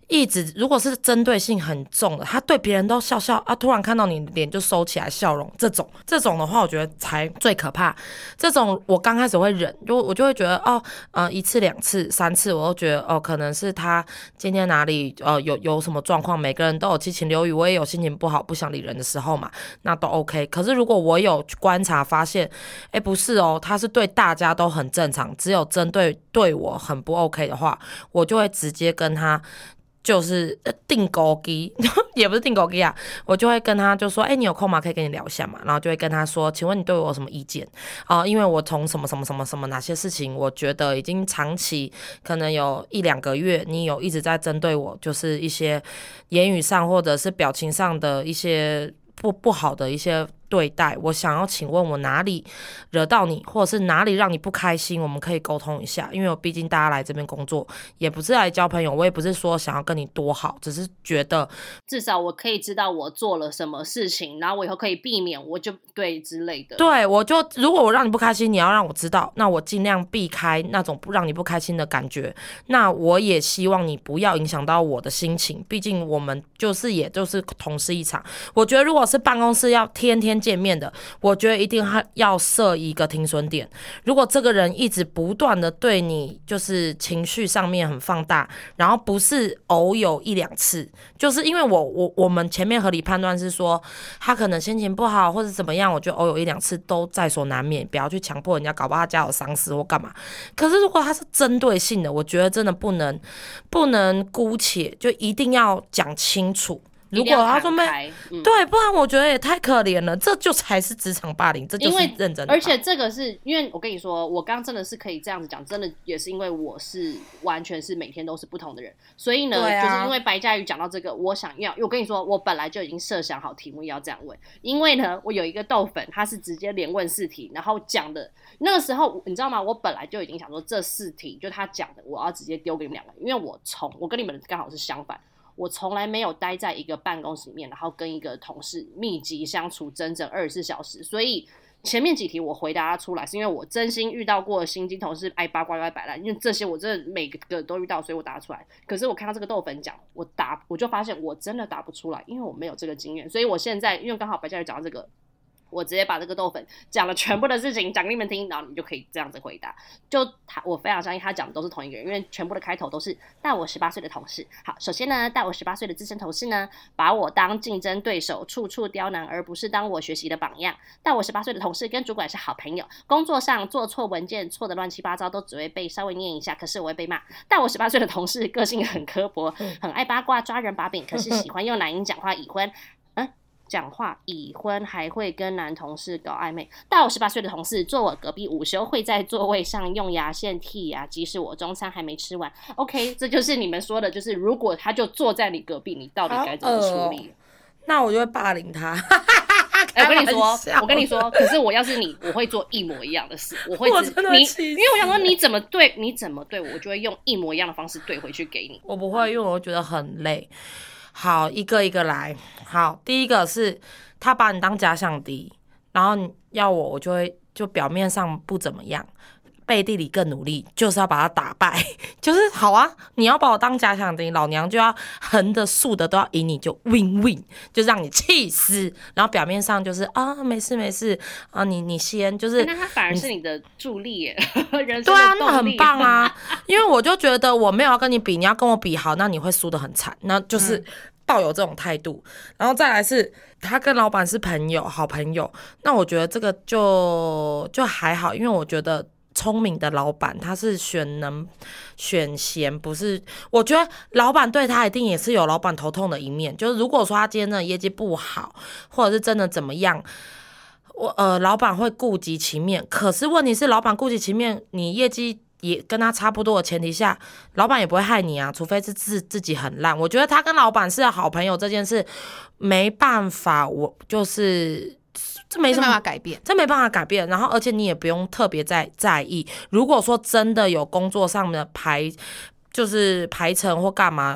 一直如果是针对性很重的，他对别人都笑笑啊，突然看到你脸就收起来笑容，这种的话，我觉得才最可怕。这种我刚开始会忍，我就会觉得一次两次三次，我都觉得可能是他今天哪里有什么状况，每个人都有七情六欲，我也有心情不好不想理人的时候嘛，那都 OK。可是如果我有观察发现，不是他是对大家都很正常，只有针对我很不 OK 的话，我就会直接跟他就是定勾机也不是定勾机啊，我就会跟他就说你有空吗？可以跟你聊一下嘛。然后就会跟他说，请问你对我有什么意见因为我从什么什么什么什么哪些事情，我觉得已经长期可能有1-2个月，你有一直在针对我，就是一些言语上或者是表情上的一些不好的一些对待，我想要请问我哪里惹到你，或者是哪里让你不开心，我们可以沟通一下。因为我毕竟大家来这边工作也不是来交朋友，我也不是说想要跟你多好，只是觉得至少我可以知道我做了什么事情，然后我以后可以避免，我就对之类的。 对，我就如果我让你不开心，你要让我知道，那我尽量避开那种不让你不开心的感觉。那我也希望你不要影响到我的心情，毕竟我们也就是同事一场。我觉得如果是办公室要天天见面的，我觉得一定要设一个停损点。如果这个人一直不断的对你就是情绪上面很放大，然后不是偶有1-2次，就是因为我们前面合理判断是说他可能心情不好或者怎么样，我觉得偶有1-2次都在所难免，不要去强迫人家，搞不好他家有丧事或干嘛。可是如果他是针对性的，我觉得真的不能姑且，就一定要讲清楚。如果他说对，不然我觉得也太可怜了，这就才是职场霸凌，这就是认真的。 而且这个是因为我跟你说，我刚真的是可以这样子讲，真的也是因为我是完全是每天都是不同的人，所以呢，就是因为白嘉瑜讲到这个，我想要，因为我跟你说，我本来就已经设想好题目要这样问，因为呢，我有一个豆粉，他是直接连问4题，然后讲的那个时候，你知道吗？我本来就已经想说这4题就他讲的，我要直接丢给你们2个，因为我跟你们刚好是相反。我从来没有待在一个办公室里面，然后跟一个同事密集相处整整24小时，所以前面几题我回答出来，是因为我真心遇到过心机同事爱八卦爱摆烂，因为这些我真的每个都遇到，所以我答出来。可是我看到这个豆粉讲，我就发现我真的答不出来，因为我没有这个经验，所以我现在因为刚好白嘉瑜讲到这个。我直接把这个豆粉讲了全部的事情讲给你们听，然后你就可以这样子回答。我非常相信他讲的都是同一个人，因为全部的开头都是大我18岁的同事。好，首先呢，大我18岁的资深同事呢，把我当竞争对手，处处刁难，而不是当我学习的榜样。大我18岁的同事跟主管是好朋友，工作上做错文件，错的乱七八糟，都只会被稍微念一下，可是我会被骂。大我18岁的同事个性很刻薄，很爱八卦，抓人把柄，可是喜欢用男音讲话，讲话已婚还会跟男同事搞暧昧。大我18岁的同事坐我隔壁，午休会在座位上用牙线剔牙，即使我中餐还没吃完。 OK， 这就是你们说的，就是如果他就坐在你隔壁，你到底该怎么处理？ 那我就会霸凌他。 我跟你说，可是我要是你，我会做一模一样的事，我会因为我想说你怎么对我，我就会用一模一样的方式对回去给你。 我不会，因为我觉得很累。好，一个一个来。好，第一个是他把你当假想敌，然后要我就会就表面上不怎么样，背地里更努力，就是要把他打败。就是好啊，你要把我当假想敌，老娘就要横的竖的都要赢你，就 win win， 就让你气死。然后表面上就是没事啊，你先就是， 那他反而是你的助力耶，人生的动力。 对啊，那很棒啊。因为我就觉得我没有要跟你比，你要跟我比好，那你会输得很惨。那就是抱有这种态度。然后再来是他跟老板是朋友，好朋友。那我觉得这个就还好，因为我觉得聪明的老板他是选能选贤，不是。我觉得老板对他一定也是有老板头痛的一面，就是如果说他今天的业绩不好，或者是真的怎么样，老板会顾及其面。可是问题是老板顾及其面，你业绩也跟他差不多的前提下，老板也不会害你啊，除非是自己很烂。我觉得他跟老板是好朋友这件事没办法，我就是这没什么办法改变， 这没办法改变。然后而且你也不用特别在意，如果说真的有工作上的就是排程或干嘛，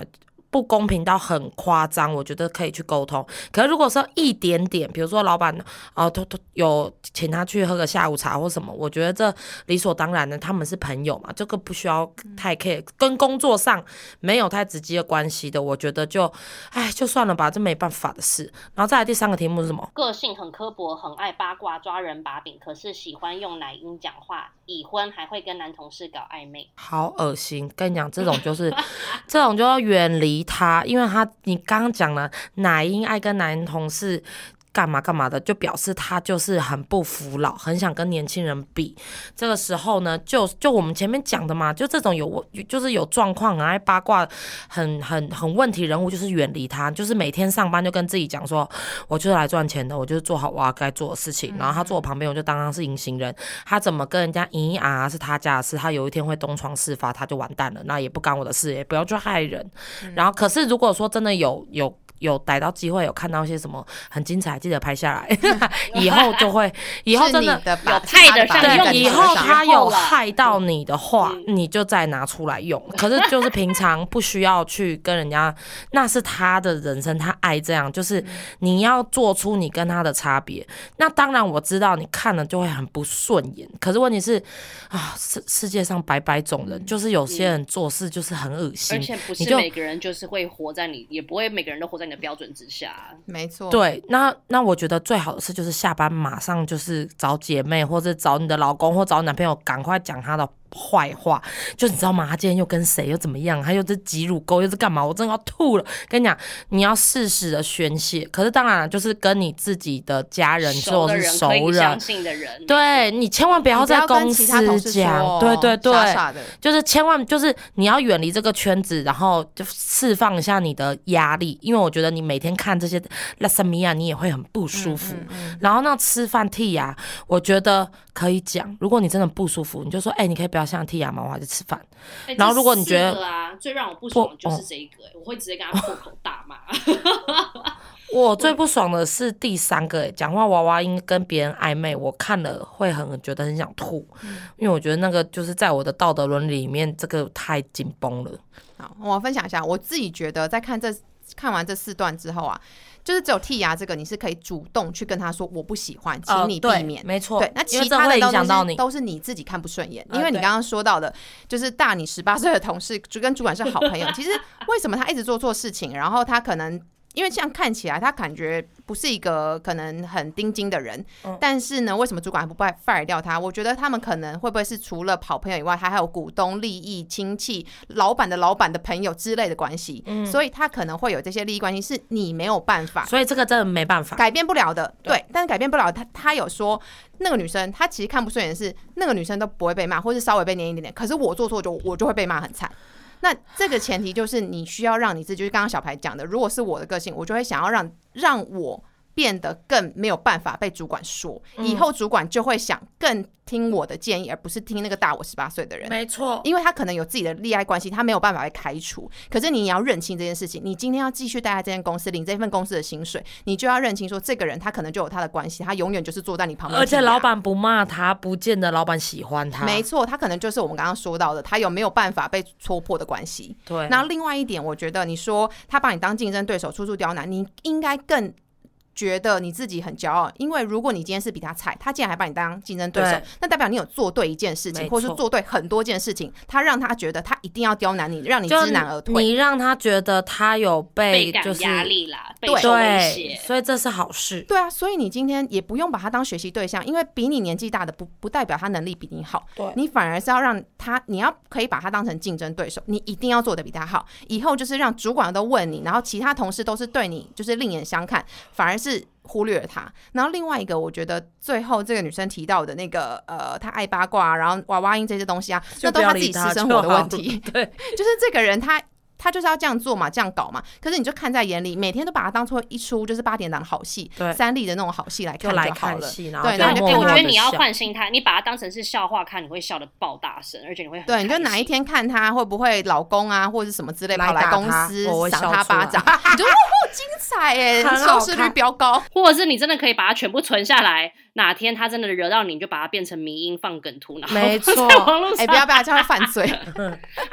不公平到很夸张，我觉得可以去沟通。可是如果说一点点，比如说老板有请他去喝个下午茶或什么，我觉得这理所当然的，他们是朋友嘛，这个不需要太 care，跟工作上没有太直接的关系的，我觉得就算了吧，这没办法的事。然后再来第3个题目是什么？ 个性很刻薄，很爱八卦，抓人把柄，可是喜欢用奶音讲话，已婚还会跟男同事搞暧昧， 好恶心！跟你讲，这种就是这种就要远离他，因为你刚刚讲了奶音爱跟男同事干嘛干嘛的，就表示他就是很不服老，很想跟年轻人比。这个时候呢，就我们前面讲的嘛，就这种就是有状况很爱八卦、很问题人物，就是远离他。就是每天上班就跟自己讲说，我就是来赚钱的，我就是做好我要该做的事情。然后他坐我旁边，我就当他是隐形人。他怎么跟人家咿啊是他家的事，他有一天会东窗事发，他就完蛋了，那也不干我的事，也不要去害人。然后可是如果说真的有逮到机会，有看到一些什么很精彩，记得拍下来。以后真的有派得上用， 以后他有害到你的话，你就再拿出来用。可是就是平常不需要去跟人家，那是他的人生，他爱这样，就是你要做出你跟他的差别。那当然我知道你看了就会很不顺眼，可是问题是世界上百百种人，就是有些人做事就是很恶心， 而且不是每个人就是会活在你，也不会每个人都活在你的标准之下。 没错， 对，那我觉得最好的事就是下班马上就是找姐妹或者找你的老公或找你男朋友，赶快讲他的坏话。就你知道吗？他今天又跟谁又怎么样，他又是挤乳沟又是干嘛，我真的要吐了。跟你讲，你要适时的宣泄，可是当然了，就是跟你自己的家人或者是熟人可以相信的人， 对，你千万不要在公司讲，对对对， 傻傻的， 就是千万就是你要远离这个圈子，然后就释放一下你的压力，因为我觉得你每天看这些拉萨米亚，你也会很不舒服。然后那吃饭剔牙，我觉得可以讲，如果你真的不舒服，你就说，你可以不要像剔牙吗？我还是吃饭。然后如果你觉得最让我不爽的就是这一个，我会直接跟他破口大骂。 我最不爽的是第3个，讲话娃娃音跟别人暧昧，我看了会觉得很想吐，因为我觉得那个就是在我的道德伦理里面，这个太紧绷了。 好，我分享一下，我自己觉得在看完这4段之后啊，就是只有剔牙这个，你是可以主动去跟他说我不喜欢，请你避免。 没错， 对，那其他的都是你自己看不顺眼，因为你刚刚说到的，就是大你18岁的同事就跟主管是好朋友，其实为什么他一直做错事情，然后他可能。因为这样看起来，他感觉不是一个可能很钉钉的人，但是呢，为什么主管还不 fire 掉他？我觉得他们可能会不会是除了好朋友以外，他还有股东、利益、亲戚、老板的朋友之类的关系，所以他可能会有这些利益关系，是你没有办法， 所以这个真的没办法改变不了的。对，但是改变不了，他有说那个女生，她其实看不顺眼的是那个女生都不会被骂，或是稍微被黏一点点，可是我做错我就会被骂很惨。那这个前提就是你需要让你自己，就是刚刚小牌讲的，如果是我的个性，我就会想要让我变得更没有办法被主管说，以后主管就会想更听我的建议，而不是听那个大我18岁的人。 没错， 因为他可能有自己的利害关系，他没有办法被开除。可是你要认清这件事情，你今天要继续待在这间公司，领这份公司的薪水，你就要认清说，这个人他可能就有他的关系，他永远就是坐在你旁边。 而且老板不骂他，不见得老板喜欢他。 没错，他可能就是我们刚刚说到的，他有没有办法被戳破的关系。 对。 然后另外一点，我觉得你说他把你当竞争对手，处处刁难，你应该更觉得你自己很骄傲，因为如果你今天是比他菜，他竟然还把你当竞争对手，那代表你有做对一件事情，或是做对很多件事情，他让他觉得他一定要刁难你，让你知难而退， 你让他觉得他有倍就是压力啦，备受威胁， 所以这是好事。 对啊，所以你今天也不用把他当学习对象，因为比你年纪大的不代表他能力比你好，你反而是要让他，你要可以把他当成竞争对手，你一定要做的比他好，以后就是让主管都问你，然后其他同事都是对你就是另眼相看，反而是忽略了他。然后另外一个，我觉得最后这个女生提到的那个她爱八卦，然后娃娃音这些东西啊，那都是她自己私生活的问题。对，就是这个人他就是要这样做嘛，这样搞嘛。可是你就看在眼里，每天都把它当做一出就是8点档好戏，3立的那种好戏来看就好了。 对， 那我觉得你要换心态，你把它当成是笑话看，你会笑得爆大声，而且你会很开心。 对，你就哪一天看他会不会老公啊，或者是什么之类跑来公司赏他巴掌，你就精彩耶，收视率飙高。 或者是你真的可以把它全部存下来，哪天他真的惹到你，就把它变成迷因放梗图，然后没错， 在网络上不要这样会犯罪。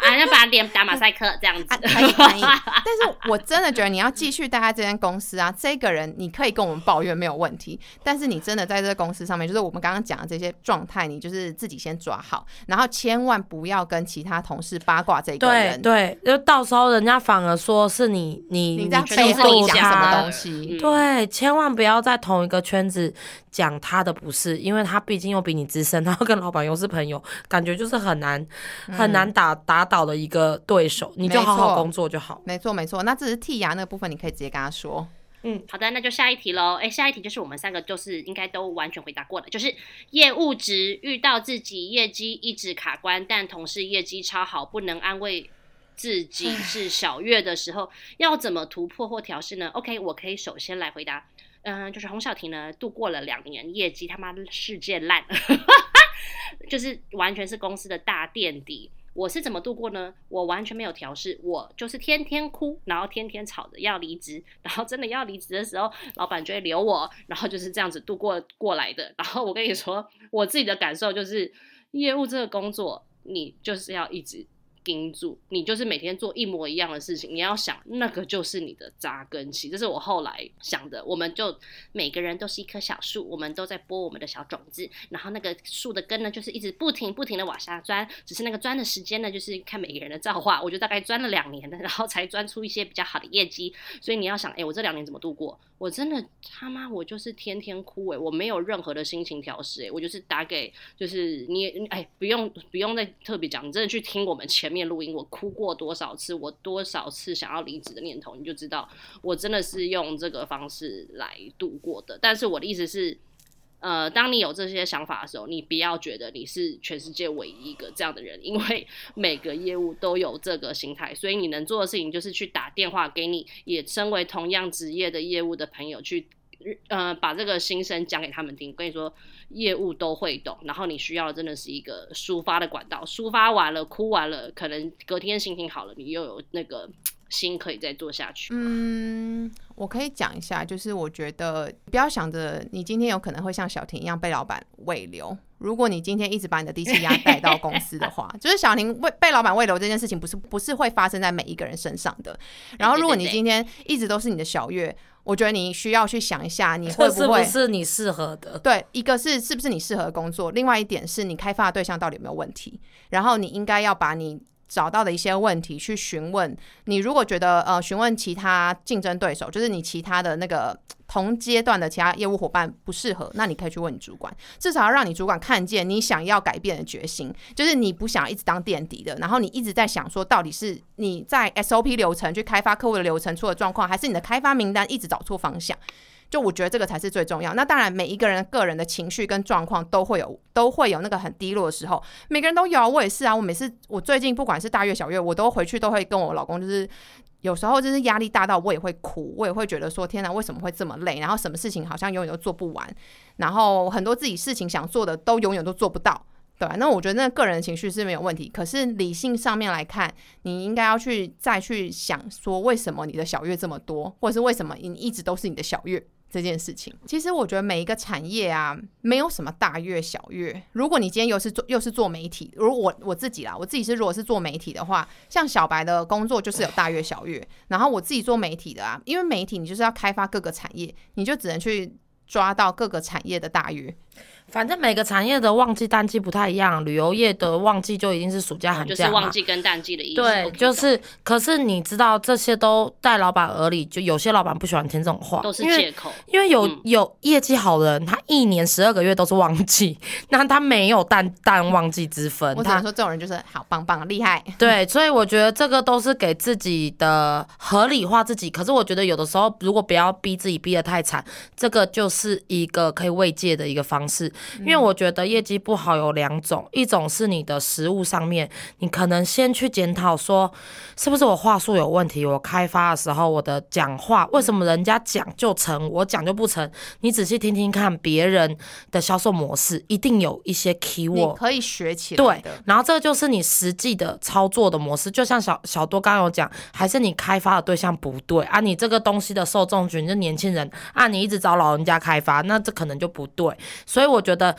要把脸打马赛克这样子。 可以。但是我真的觉得你要继续待在这间公司啊，这个人你可以跟我们抱怨没有问题，但是你真的在这个公司上面，就是我们刚刚讲的这些状态，你就是自己先抓好，然后千万不要跟其他同事八卦这个人。 对，就到时候人家反而说是你在背后讲什么东西。 对，千万不要在同一个圈子讲他的不是，因为他毕竟又比你资深，然后跟老板又是朋友，感觉就是很难打倒的一个对手，你就好好工作就好。 没错，那只是剔牙那个部分，你可以直接跟他说。 好的，那就下一题咯。下一题就是我们3个就是应该都完全回答过的，就是业务职遇到自己业绩一直卡关，但同事业绩超好，不能安慰自己是小月的时候，要怎么突破或调试呢 ？OK， 我可以首先来回答。就是洪小婷呢，度过了2年，业绩他妈世界烂，就是完全是公司的大垫底。我是怎么度过呢？我完全没有调试，我就是天天哭，然后天天吵着要离职，然后真的要离职的时候，老板就会留我，然后就是这样子度过来的。然后我跟你说，我自己的感受就是，业务这个工作，你就是要一直盯住，你就是每天做一模一样的事情，你要想那个就是你的扎根期，这是我后来想的。我们就每个人都是一棵小树，我们都在播我们的小种子，然后那个树的根呢，就是一直不停的往下钻，只是那个钻的时间呢，就是看每个人的造化。我就大概钻了2年的，然后才钻出一些比较好的业绩。所以你要想，我这2年怎么度过？我真的他妈，我就是天天哭我没有任何的心情调试我就是打给，就是你不用再特别讲，你真的去听我们前面录音，我哭过多少次，我多少次想要离职的念头，你就知道我真的是用这个方式来度过的。但是我的意思是，当你有这些想法的时候，你不要觉得你是全世界唯一一个这样的人，因为每个业务都有这个心态，所以你能做的事情就是去打电话给你也身为同样职业的业务的朋友，去把这个心声讲给他们听。跟你说，业务都会懂，然后你需要的真的是一个抒发的管道，抒发完了，哭完了，可能隔天心情好了，你又有那个心可以再做下去。 我可以讲一下，就是我觉得不要想着你今天有可能会像小婷一样被老板慰留。如果你今天一直把你的低气压带到公司的话，就是小婷被老板慰留这件事情不是会发生在每一个人身上的。然后如果你今天一直都是你的小月，我觉得你需要去想一下，你会不会是不是你适合的？ 对，一个是不是你适合的工作，另外一点是你开发的对象到底有没有问题，然后你应该要把你找到的一些问题去询问。你如果觉得询问其他竞争对手，就是你其他的那个同阶段的其他业务伙伴不适合，那你可以去问你主管，至少要让你主管看见你想要改变的决心，就是你不想一直当垫底的，然后你一直在想说到底是你在 SOP 流程去开发客户的流程出了状况，还是你的开发名单一直找错方向。就我觉得这个才是最重要。那当然每一个人个人的情绪跟状况都会有那个很低落的时候，每个人都有啊，我也是啊。我最近不管是大月小月，我都回去都会跟我老公，就是有时候就是压力大到我也会哭，我也会觉得说天哪，为什么会这么累，然后什么事情好像永远都做不完，然后很多自己事情想做的都永远都做不到。对，那我觉得那个人的情绪是没有问题，可是理性上面来看，你应该要再去想说，为什么你的小月这么多，或者是为什么你一直都是你的小月这件事情。其实我觉得每一个产业啊，没有什么大月小月。如果你今天又是做媒体，如果我自己啦，我自己如果是做媒体的话，像小白的工作就是有大月小月，然后我自己做媒体的啊，因为媒体你就是要开发各个产业，你就只能去抓到各个产业的大月。 反正每个产业的旺季淡季不太一样，旅游业的旺季就一定是暑假寒假嘛， 就是旺季跟淡季的意思。 对，就是可是你知道这些都在老板耳里，就有些老板不喜欢听这种话， 都是借口。 因为有业绩好的人，他1年12个月都是旺季，那他没有淡旺季之分。 我想说这种人就是好棒棒厉害。 对，所以我觉得这个都是给自己的合理化自己。可是我觉得有的时候如果不要逼自己逼得太惨，这个就是一个可以慰藉的一个方式。因为我觉得业绩不好有2种，一种是你的实务上面，你可能先去检讨说是不是我话术有问题，我开发的时候我的讲话为什么人家讲就成，我讲就不成。你仔细听听看别人的销售模式，一定有一些 keyword 你可以学起来的。 对，然后这个就是你实际的操作的模式。就像小多刚刚有讲，还是你开发的对象不对啊，你这个东西的受众群是年轻人啊，你一直找老人家开发，那这可能就不对。所以我觉得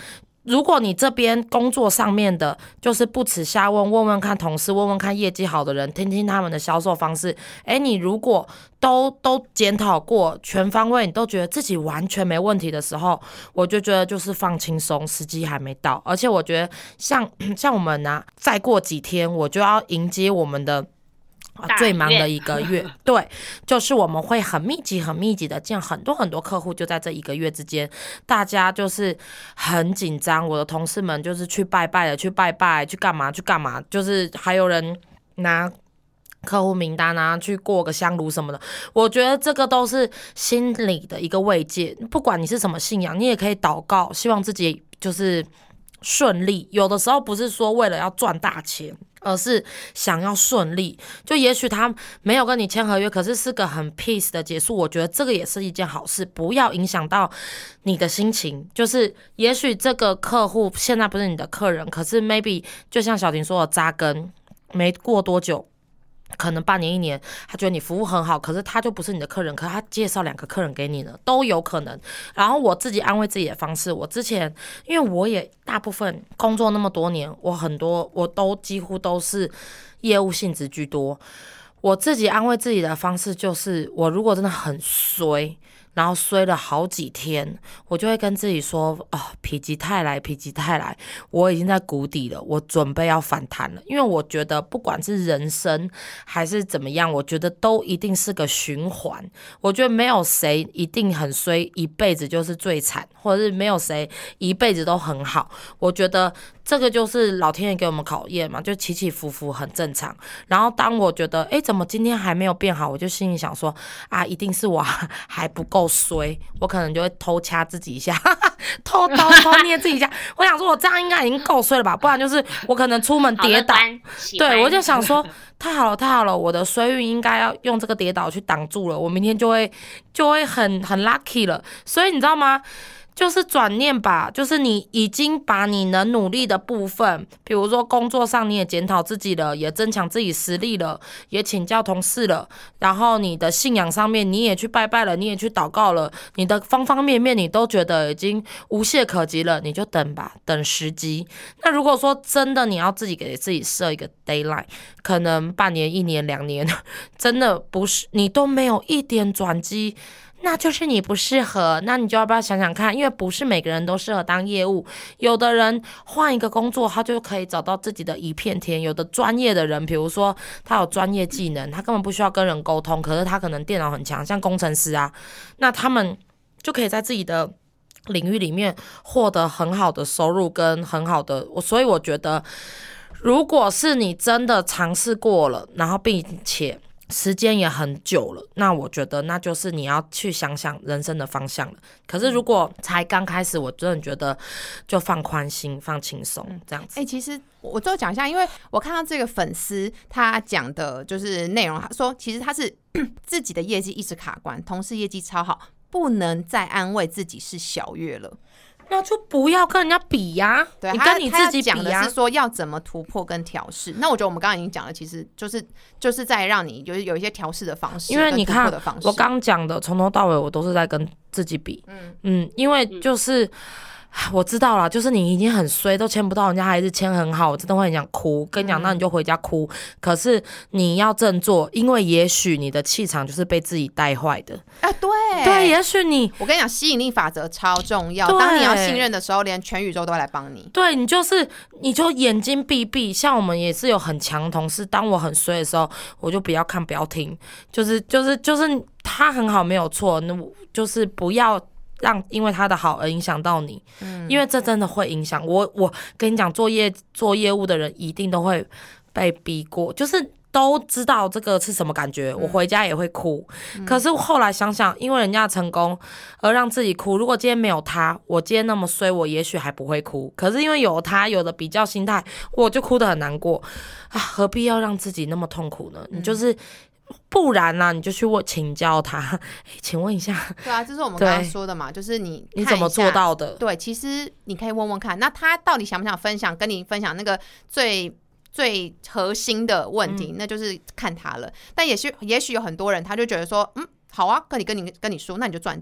如果你这边工作上面的，就是不耻下问，问问看同事，问问看业绩好的人，听听他们的销售方式。你如果都检讨过，全方位你都觉得自己完全没问题的时候，我就觉得就是放轻松，时机还没到。而且我觉得像我们啊，再过几天我就要迎接我们的最忙的一个月，对，就是我们会很密集的见很多很多客户，就在这一个月之间，大家就是很紧张。我的同事们就是去拜拜，去干嘛，就是还有人拿客户名单啊，去过个香炉什么的。我觉得这个都是心理的一个慰藉，不管你是什么信仰，你也可以祷告，希望自己就是顺利。有的时候不是说为了要赚大钱，而是想要顺利。就也许他没有跟你签合约，可是是个很 peace 的结束，我觉得这个也是一件好事，不要影响到你的心情。就是也许这个客户现在不是你的客人，可是 maybe 就像小婷说的，扎根没过多久，可能半年1年，他觉得你服务很好，可是他就不是你的客人，可是他介绍2个客人给你了，都有可能。然后我自己安慰自己的方式，我之前因为我也大部分工作那么多年，我都几乎都是业务性质居多。我自己安慰自己的方式就是，我如果真的很衰，然后衰了好几天，我就会跟自己说，否极泰来，我已经在谷底了，我准备要反弹了。因为我觉得不管是人生还是怎么样，我觉得都一定是个循环。我觉得没有谁一定很衰一辈子就是最惨，或者是没有谁一辈子都很好。我觉得这个就是老天爷给我们考验嘛，就起起伏伏很正常。然后当我觉得怎么今天还没有变好，我就心里想说一定是我还不够衰，我可能就会偷掐自己一下偷捏自己一下。我想说我这样应该已经够衰了吧，不然就是我可能出门跌倒。对，我就想说太好了，我的衰运应该要用这个跌倒去挡住了，我明天就会很 lucky 了。所以你知道吗，就是转念吧，就是你已经把你能努力的部分，比如说工作上你也检讨自己了，也增强自己实力了，也请教同事了，然后你的信仰上面你也去拜拜了，你也去祷告了，你的方方面面你都觉得已经无懈可击了，你就等吧，等时机。那如果说真的你要自己给自己设一个 deadline， 可能半年、1年、2年，真的不是你都没有一点转机，那就是你不适合。那你就要不要想想看，因为不是每个人都适合当业务，有的人换一个工作他就可以找到自己的一片天。有的专业的人，比如说他有专业技能，他根本不需要跟人沟通，可是他可能电脑很强，像工程师啊，那他们就可以在自己的领域里面获得很好的收入跟很好的。所以我觉得如果是你真的尝试过了，然后并且时间也很久了，那我觉得那就是你要去想想人生的方向了。可是如果才刚开始，我真的觉得就放宽心放轻松这样子。 其实我最后讲一下，因为我看到这个粉丝他讲的就是内容，他说其实他是自己的业绩一直卡关，同事业绩超好，不能再安慰自己是小月了， 那就不要跟人家比呀。 对， 你跟你自己比他讲的是说要怎么突破跟调试。那我觉得我们刚刚已经讲了，其实就是在让你有一些调试的方式， 因为你看我刚刚讲的从头到尾我都是在跟自己比。因为就是我知道啦，就是你已经很衰，都签不到人家还是签很好，我真的会很想哭。跟你讲，那你就回家哭。可是你要振作，因为也许你的气场就是被自己带坏的。对，也许我跟你讲，吸引力法则超重要。当你要信任的时候，连全宇宙都会来帮你。 对，你就眼睛闭。像我们也是有很强的同事，当我很衰的时候，我就不要看不要听，就是他很好没有错，那就是不要让因为他的好而影响到你。因为这真的会影响我跟你讲，做业务的人一定都会被逼过，就是都知道这个是什么感觉。我回家也会哭，可是后来想想，因为人家成功而让自己哭。如果今天没有他，我今天那么衰，我也许还不会哭。可是因为有他，有的比较心态，我就哭得很难过何必要让自己那么痛苦呢？你就是不然啦，你就去请教他。请问一下， 对啊，这是我们刚刚说的嘛，就是你怎么做到的？ 对，其实你可以问问看，那他到底想不想分享，跟你分享那个最核心的问题，那就是看他了。但也许有很多人他就觉得说，好啊，跟你说，那你就赚到。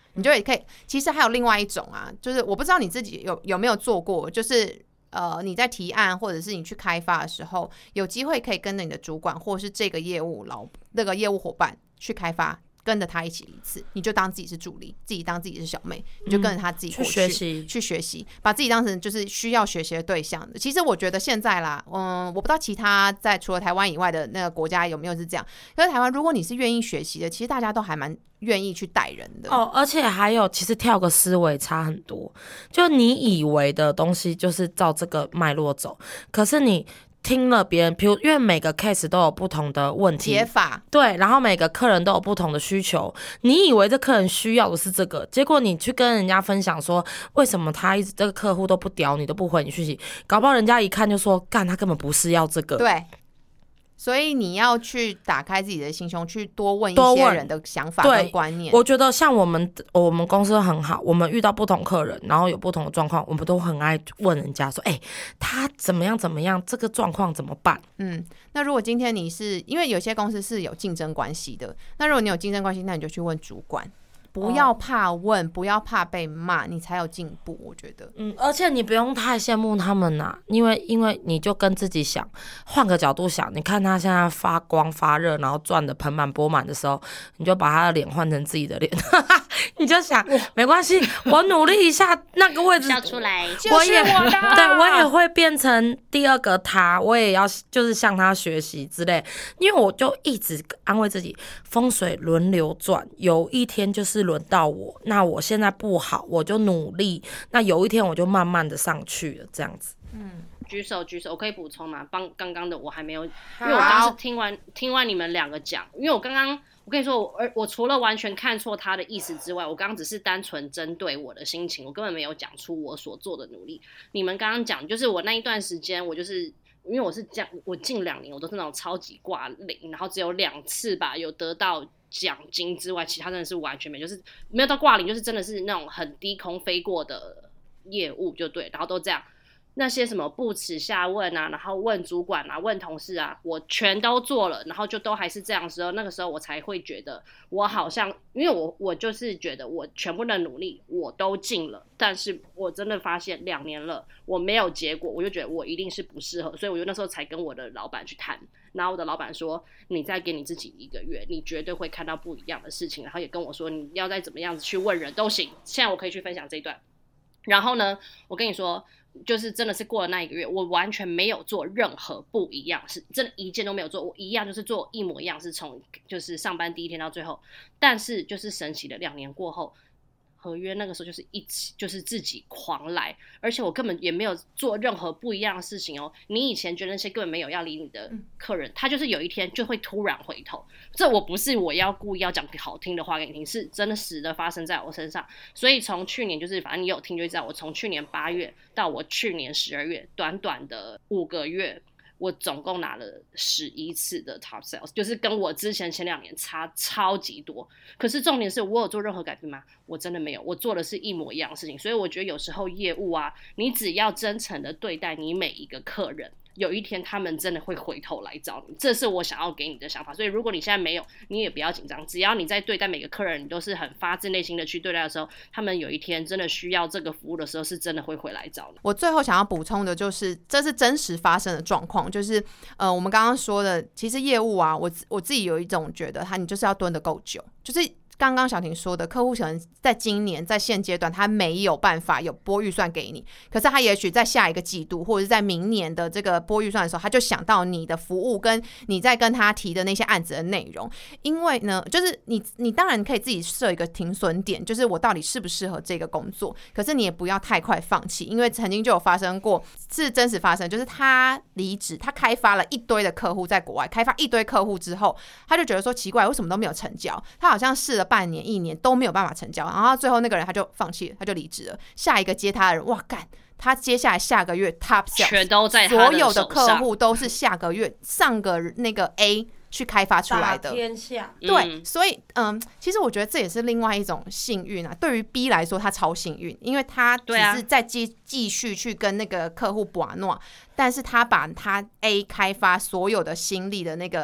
你就也可以。其实还有另外一种啊，就是我不知道你自己有没有做过，就是你在提案或者是你去开发的时候，有机会可以跟着你的主管或者是这个那个业务伙伴去开发。跟着他一起一次，你就当自己是助理，自己当自己是小妹，你就跟着他自己过去学习，把自己当成就是需要学习的对象的。其实我觉得现在啦，我不知道其他在除了台湾以外的那个国家有没有是这样。可是台湾，如果你是愿意学习的，其实大家都还蛮愿意去带人的哦。而且还有，其实跳个思维差很多，就你以为的东西就是照这个脉络走，可是你听了别人，比如因为每个 case 都有不同的问题解法， 对，然后每个客人都有不同的需求，你以为这客人需要的是这个，结果你去跟人家分享说，为什么他一直这个客户都不屌你，都不回你讯息，搞不好人家一看就说，干，他根本不是要这个。 对。所以你要去打开自己的心胸，去多问一些人的想法跟观念。 我觉得像我们公司很好，我们遇到不同客人，然后有不同的状况，我们都很爱问人家说，他怎么样怎么样，这个状况怎么办？ 那如果今天你是因为有些公司是有竞争关系的，那如果你有竞争关系，那你就去问主管。不要怕问，不要怕被骂，你才有进步。我觉得， 而且你不用太羡慕他们呐，因为你就跟自己想，换个角度想，你看他现在发光发热，然后赚的盆满钵满的时候，你就把他的脸换成自己的脸，你就想没关系，我努力一下那个位置笑出来， 我也对我也会变成第二个他，我也要就是向他学习之类，因为我就一直安慰自己，风水轮流转，有一天就是轮到我，那我现在不好，我就努力，那有一天我就慢慢的上去了，这样子。 举手，我可以补充吗？刚刚的我还没有，因为我刚是听完你们两个讲，因为我刚刚我跟你说，我除了完全看错他的意思之外，我刚刚只是单纯针对我的心情，我根本没有讲出我所做的努力。你们刚刚讲，就是我那一段时间，我就是因为我是这样，我近2年我都是那种超级挂零，然后只有2次吧有得到奖金之外，其他真的是完全没，就是没有到挂零，就是真的是那种很低空飞过的业务就对，然后都这样。那些什么不耻下问啊，然后问主管啊，问同事啊，我全都做了，然后就都还是这样的时候，那个时候我才会觉得我好像，因为我就是觉得我全部的努力我都尽了，但是我真的发现2年了我没有结果，我就觉得我一定是不适合，所以我就那时候才跟我的老板去谈，然后我的老板说，你再给你自己1个月，你绝对会看到不一样的事情，然后也跟我说你要再怎么样子去问人都行。现在我可以去分享这一段。然后呢，我跟你说，就是真的是过了那1个月，我完全没有做任何不一样事，真的一件都没有做，我一样就是做一模一样，是从就是上班第一天到最后。但是就是神奇的，2年过后，合约那个时候就是一起就是自己狂来，而且我根本也没有做任何不一样的事情哦。你以前觉得那些根本没有要理你的客人，他就是有一天就会突然回头。这我不是我要故意要讲好听的话给你听，是真的实的发生在我身上。所以从去年就是反正你有听就知道，我从去年8月到我去年12月，短短的5个月。我总共拿了11次的 top sales， 就是跟我之前2年差超级多。可是重点是我有做任何改变吗？我真的没有，我做的是一模一样的事情。所以我觉得有时候业务啊，你只要真诚的对待你每一个客人，有一天他们真的会回头来找你，这是我想要给你的想法。所以如果你现在没有，你也不要紧张，只要你在对待每个客人，你都是很发自内心的去对待的时候，他们有一天真的需要这个服务的时候，是真的会回来找你。 我最后想要补充的就是，这是真实发生的状况，就是我们刚刚说的，其实业务啊，我自己有一种觉得，你就是要蹲得够久，就是刚刚小婷说的，客户可能在今年在现阶段他没有办法有拨预算给你，可是他也许在下一个季度或者是在明年的这个拨预算的时候，他就想到你的服务跟你在跟他提的那些案子的内容。因为呢，就是你当然可以自己设一个停损点，就是我到底适不适合这个工作，可是你也不要太快放弃，因为曾经就有发生过，是真实发生，就是他离职，他开发了一堆的客户，在国外开发一堆客户之后，他就觉得说奇怪，为什么都没有成交？他好像试了半年1年都没有办法成交，然后最后那个人他就放弃了，他就离职了。下一个接他的人，哇干，他接下来下个月 top sales 全都在他的手上， 所有的客户都是下个月上个那个 A 去开发出来的， 打天下。 对，所以其实我觉得这也是另外一种幸运啊。对于 B 来说，他超幸运，因为他只是在继续去跟那个客户把诺，但是他把他 A 开发所有的心力的那个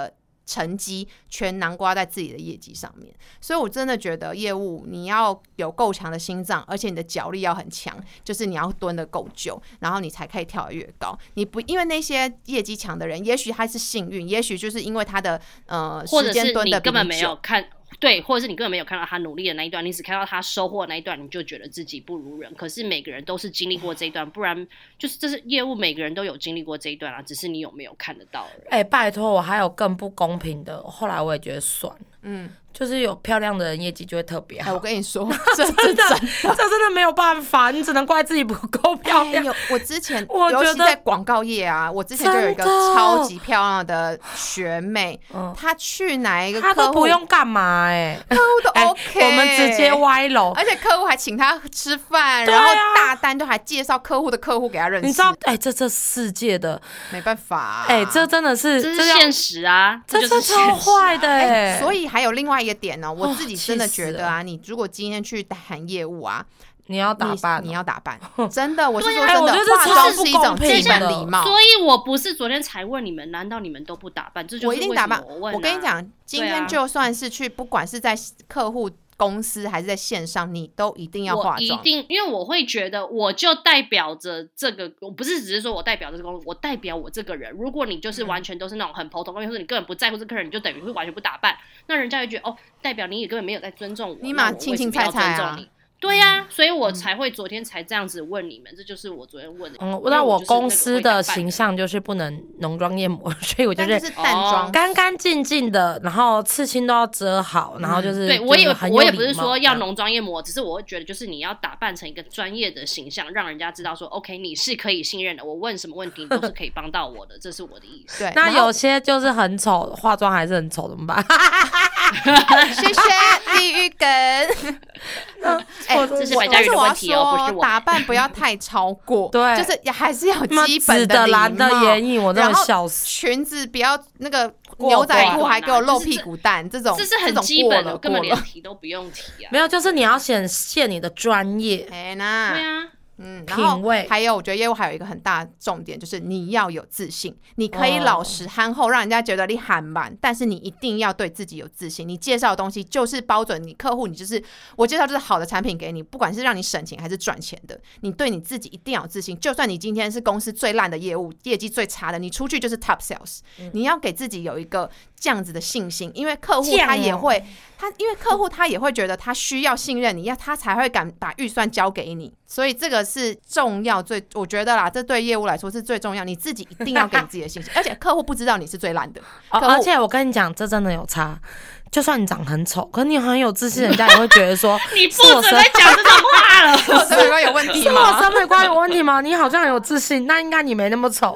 成绩全囊括在自己的业绩上面。所以我真的觉得业务你要有够强的心脏，而且你的脚力要很强，就是你要蹲得够久，然后你才可以跳得越高。你不因为那些业绩强的人，也许他是幸运，也许就是因为他的时间蹲得比你久， 或者是你根本没有看。对，或者是你根本没有看到他努力的那一段，你只看到他收获的那一段，你就觉得自己不如人。可是每个人都是经历过这一段，不然就是这是业务，每个人都有经历过这一段啊，只是你有没有看得到而已。 拜托，我还有更不公平的，后来我也觉得算了。就是有漂亮的人业绩就会特别好。 我跟你说， 这真的没有办法，你只能怪自己不够漂亮。 我之前尤其在广告业啊，我之前就有一个超级漂亮的学妹，她去哪一个客户， 她都不用干嘛客户都 OK， 我们直接歪楼， 而且客户还请她吃饭，然后大单都还介绍客户的客户给她认识。 你知道，这世界的没办法， 这真的是这是现实啊， 这就是超坏的所以还有另外一个点呢，我自己真的觉得啊，你如果今天去谈业务啊， 你要打扮， 你要打扮，真的，我是说真的， 我觉得化妆是一种基本礼貌。 所以我不是昨天才问你们，难道你们都不打扮？这就是我一定打扮。 我跟你讲，今天就算是去，不管是在客户公司还是在线上，你都一定要化妆。 我一定，因为我会觉得，我就代表着这个，我不是只是说我代表这个公司，我代表我这个人。如果你就是完全都是那种很普通，或者你根本不在乎这客人，你就等于会完全不打扮，那人家会觉得代表你也根本没有在尊重我， 你嘛青青菜菜啊。 对呀，所以我才会昨天才这样子问你们，这就是我昨天问的。 那我公司的形象就是不能浓妆艳抹，所以我就是淡妆， 干干净净的，然后刺青都要遮好，然后就是对我也不是说要浓妆艳抹，只是我会觉得就是你要打扮成一个专业的形象，让人家知道说 OK 你是可以信任的，我问什么问题你都是可以帮到我的，这是我的意思。 对， 那有些就是很丑，化妆还是很丑，怎么办？ 谢谢地狱梗。 这是白嘉瑜的问题哦，不是我。 打扮不要太超过， 对， 就是还是要基本的礼貌。 蓝的眼影，我真的笑死。 裙子不要那个牛仔裤还给我露屁股蛋，这种这是很基本的，根本连提都不用提啊。 没有，就是你要显现你的专业。 对啊。 然后还有，我觉得业务还有一个很大的重点，就是你要有自信。你可以老实憨厚，让人家觉得你很慢，但是你一定要对自己有自信。你介绍的东西就是包准你客户，你就是我介绍就是好的产品给你，不管是让你省钱还是赚钱的，你对你自己一定要有自信。就算你今天是公司最烂的业务，业绩最差的，你出去就是 top sales，你要给自己有一个这样子的信心，因为客户他也会，因为客户他也会觉得他需要信任你，他才会敢把预算交给你。所以这个是重要，我觉得啦，这对业务来说是最重要。你自己一定要给你自己的信心，而且客户不知道你是最烂的。 而且我跟你讲，这真的有差。就算你长很丑，可是你很有自信，人家也会觉得说你不准再讲这种话了。 是我审美观有问题吗？ 是我审美观有问题吗？你好像很有自信，那应该你没那么丑。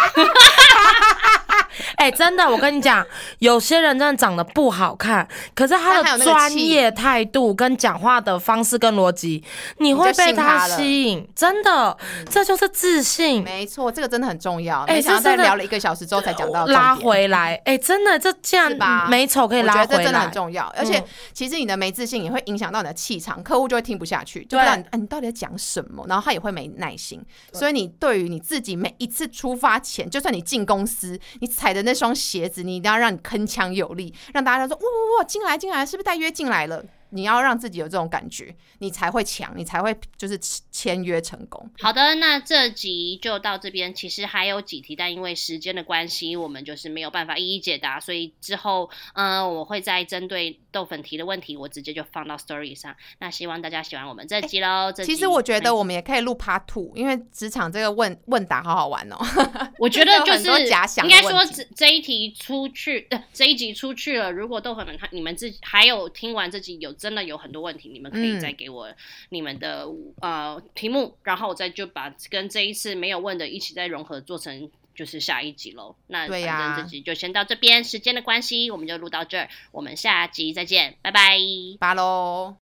真的，我跟你讲，有些人真的长得不好看，可是他的专业态度跟讲话的方式跟逻辑，你会被他吸引。真的，这就是自信。 没错，这个真的很重要。没想到在聊了1个小时之后才讲到拉回来。真的，这这样美丑可以拉回来。 我觉得这真的很重要。而且，其实你的没自信也会影响到你的气场，客户就会听不下去，就不知道你到底在讲什么，然后他也会没耐心。所以你对于你自己每一次出发前，就算你进公司，你踩的那双鞋子，你一定要让你铿锵有力，让大家都说哇进来，是不是带约进来了？你要让自己有这种感觉，你才会强，你才会就是签约成功。 好的，那这集就到这边。其实还有几题，但因为时间的关系，我们就是没有办法一一解答，所以之后我会再针对豆粉提的问题，我直接就放到 story 上。那希望大家喜欢我们这集咯。 其实我觉得我们也可以录 part 2，因为职场这个问答好好玩哦。 我觉得就是应该说这一题出去，这一集出去了。如果豆粉们你们自己还有听完这集真的有很多问题，你们可以再给我你们的题目，然后我再就把跟这一次没有问的一起再融合做成就是下一集咯。那反正这集就先到这边，时间的关系我们就录到这儿，我们下集再见，拜拜， 拜咯。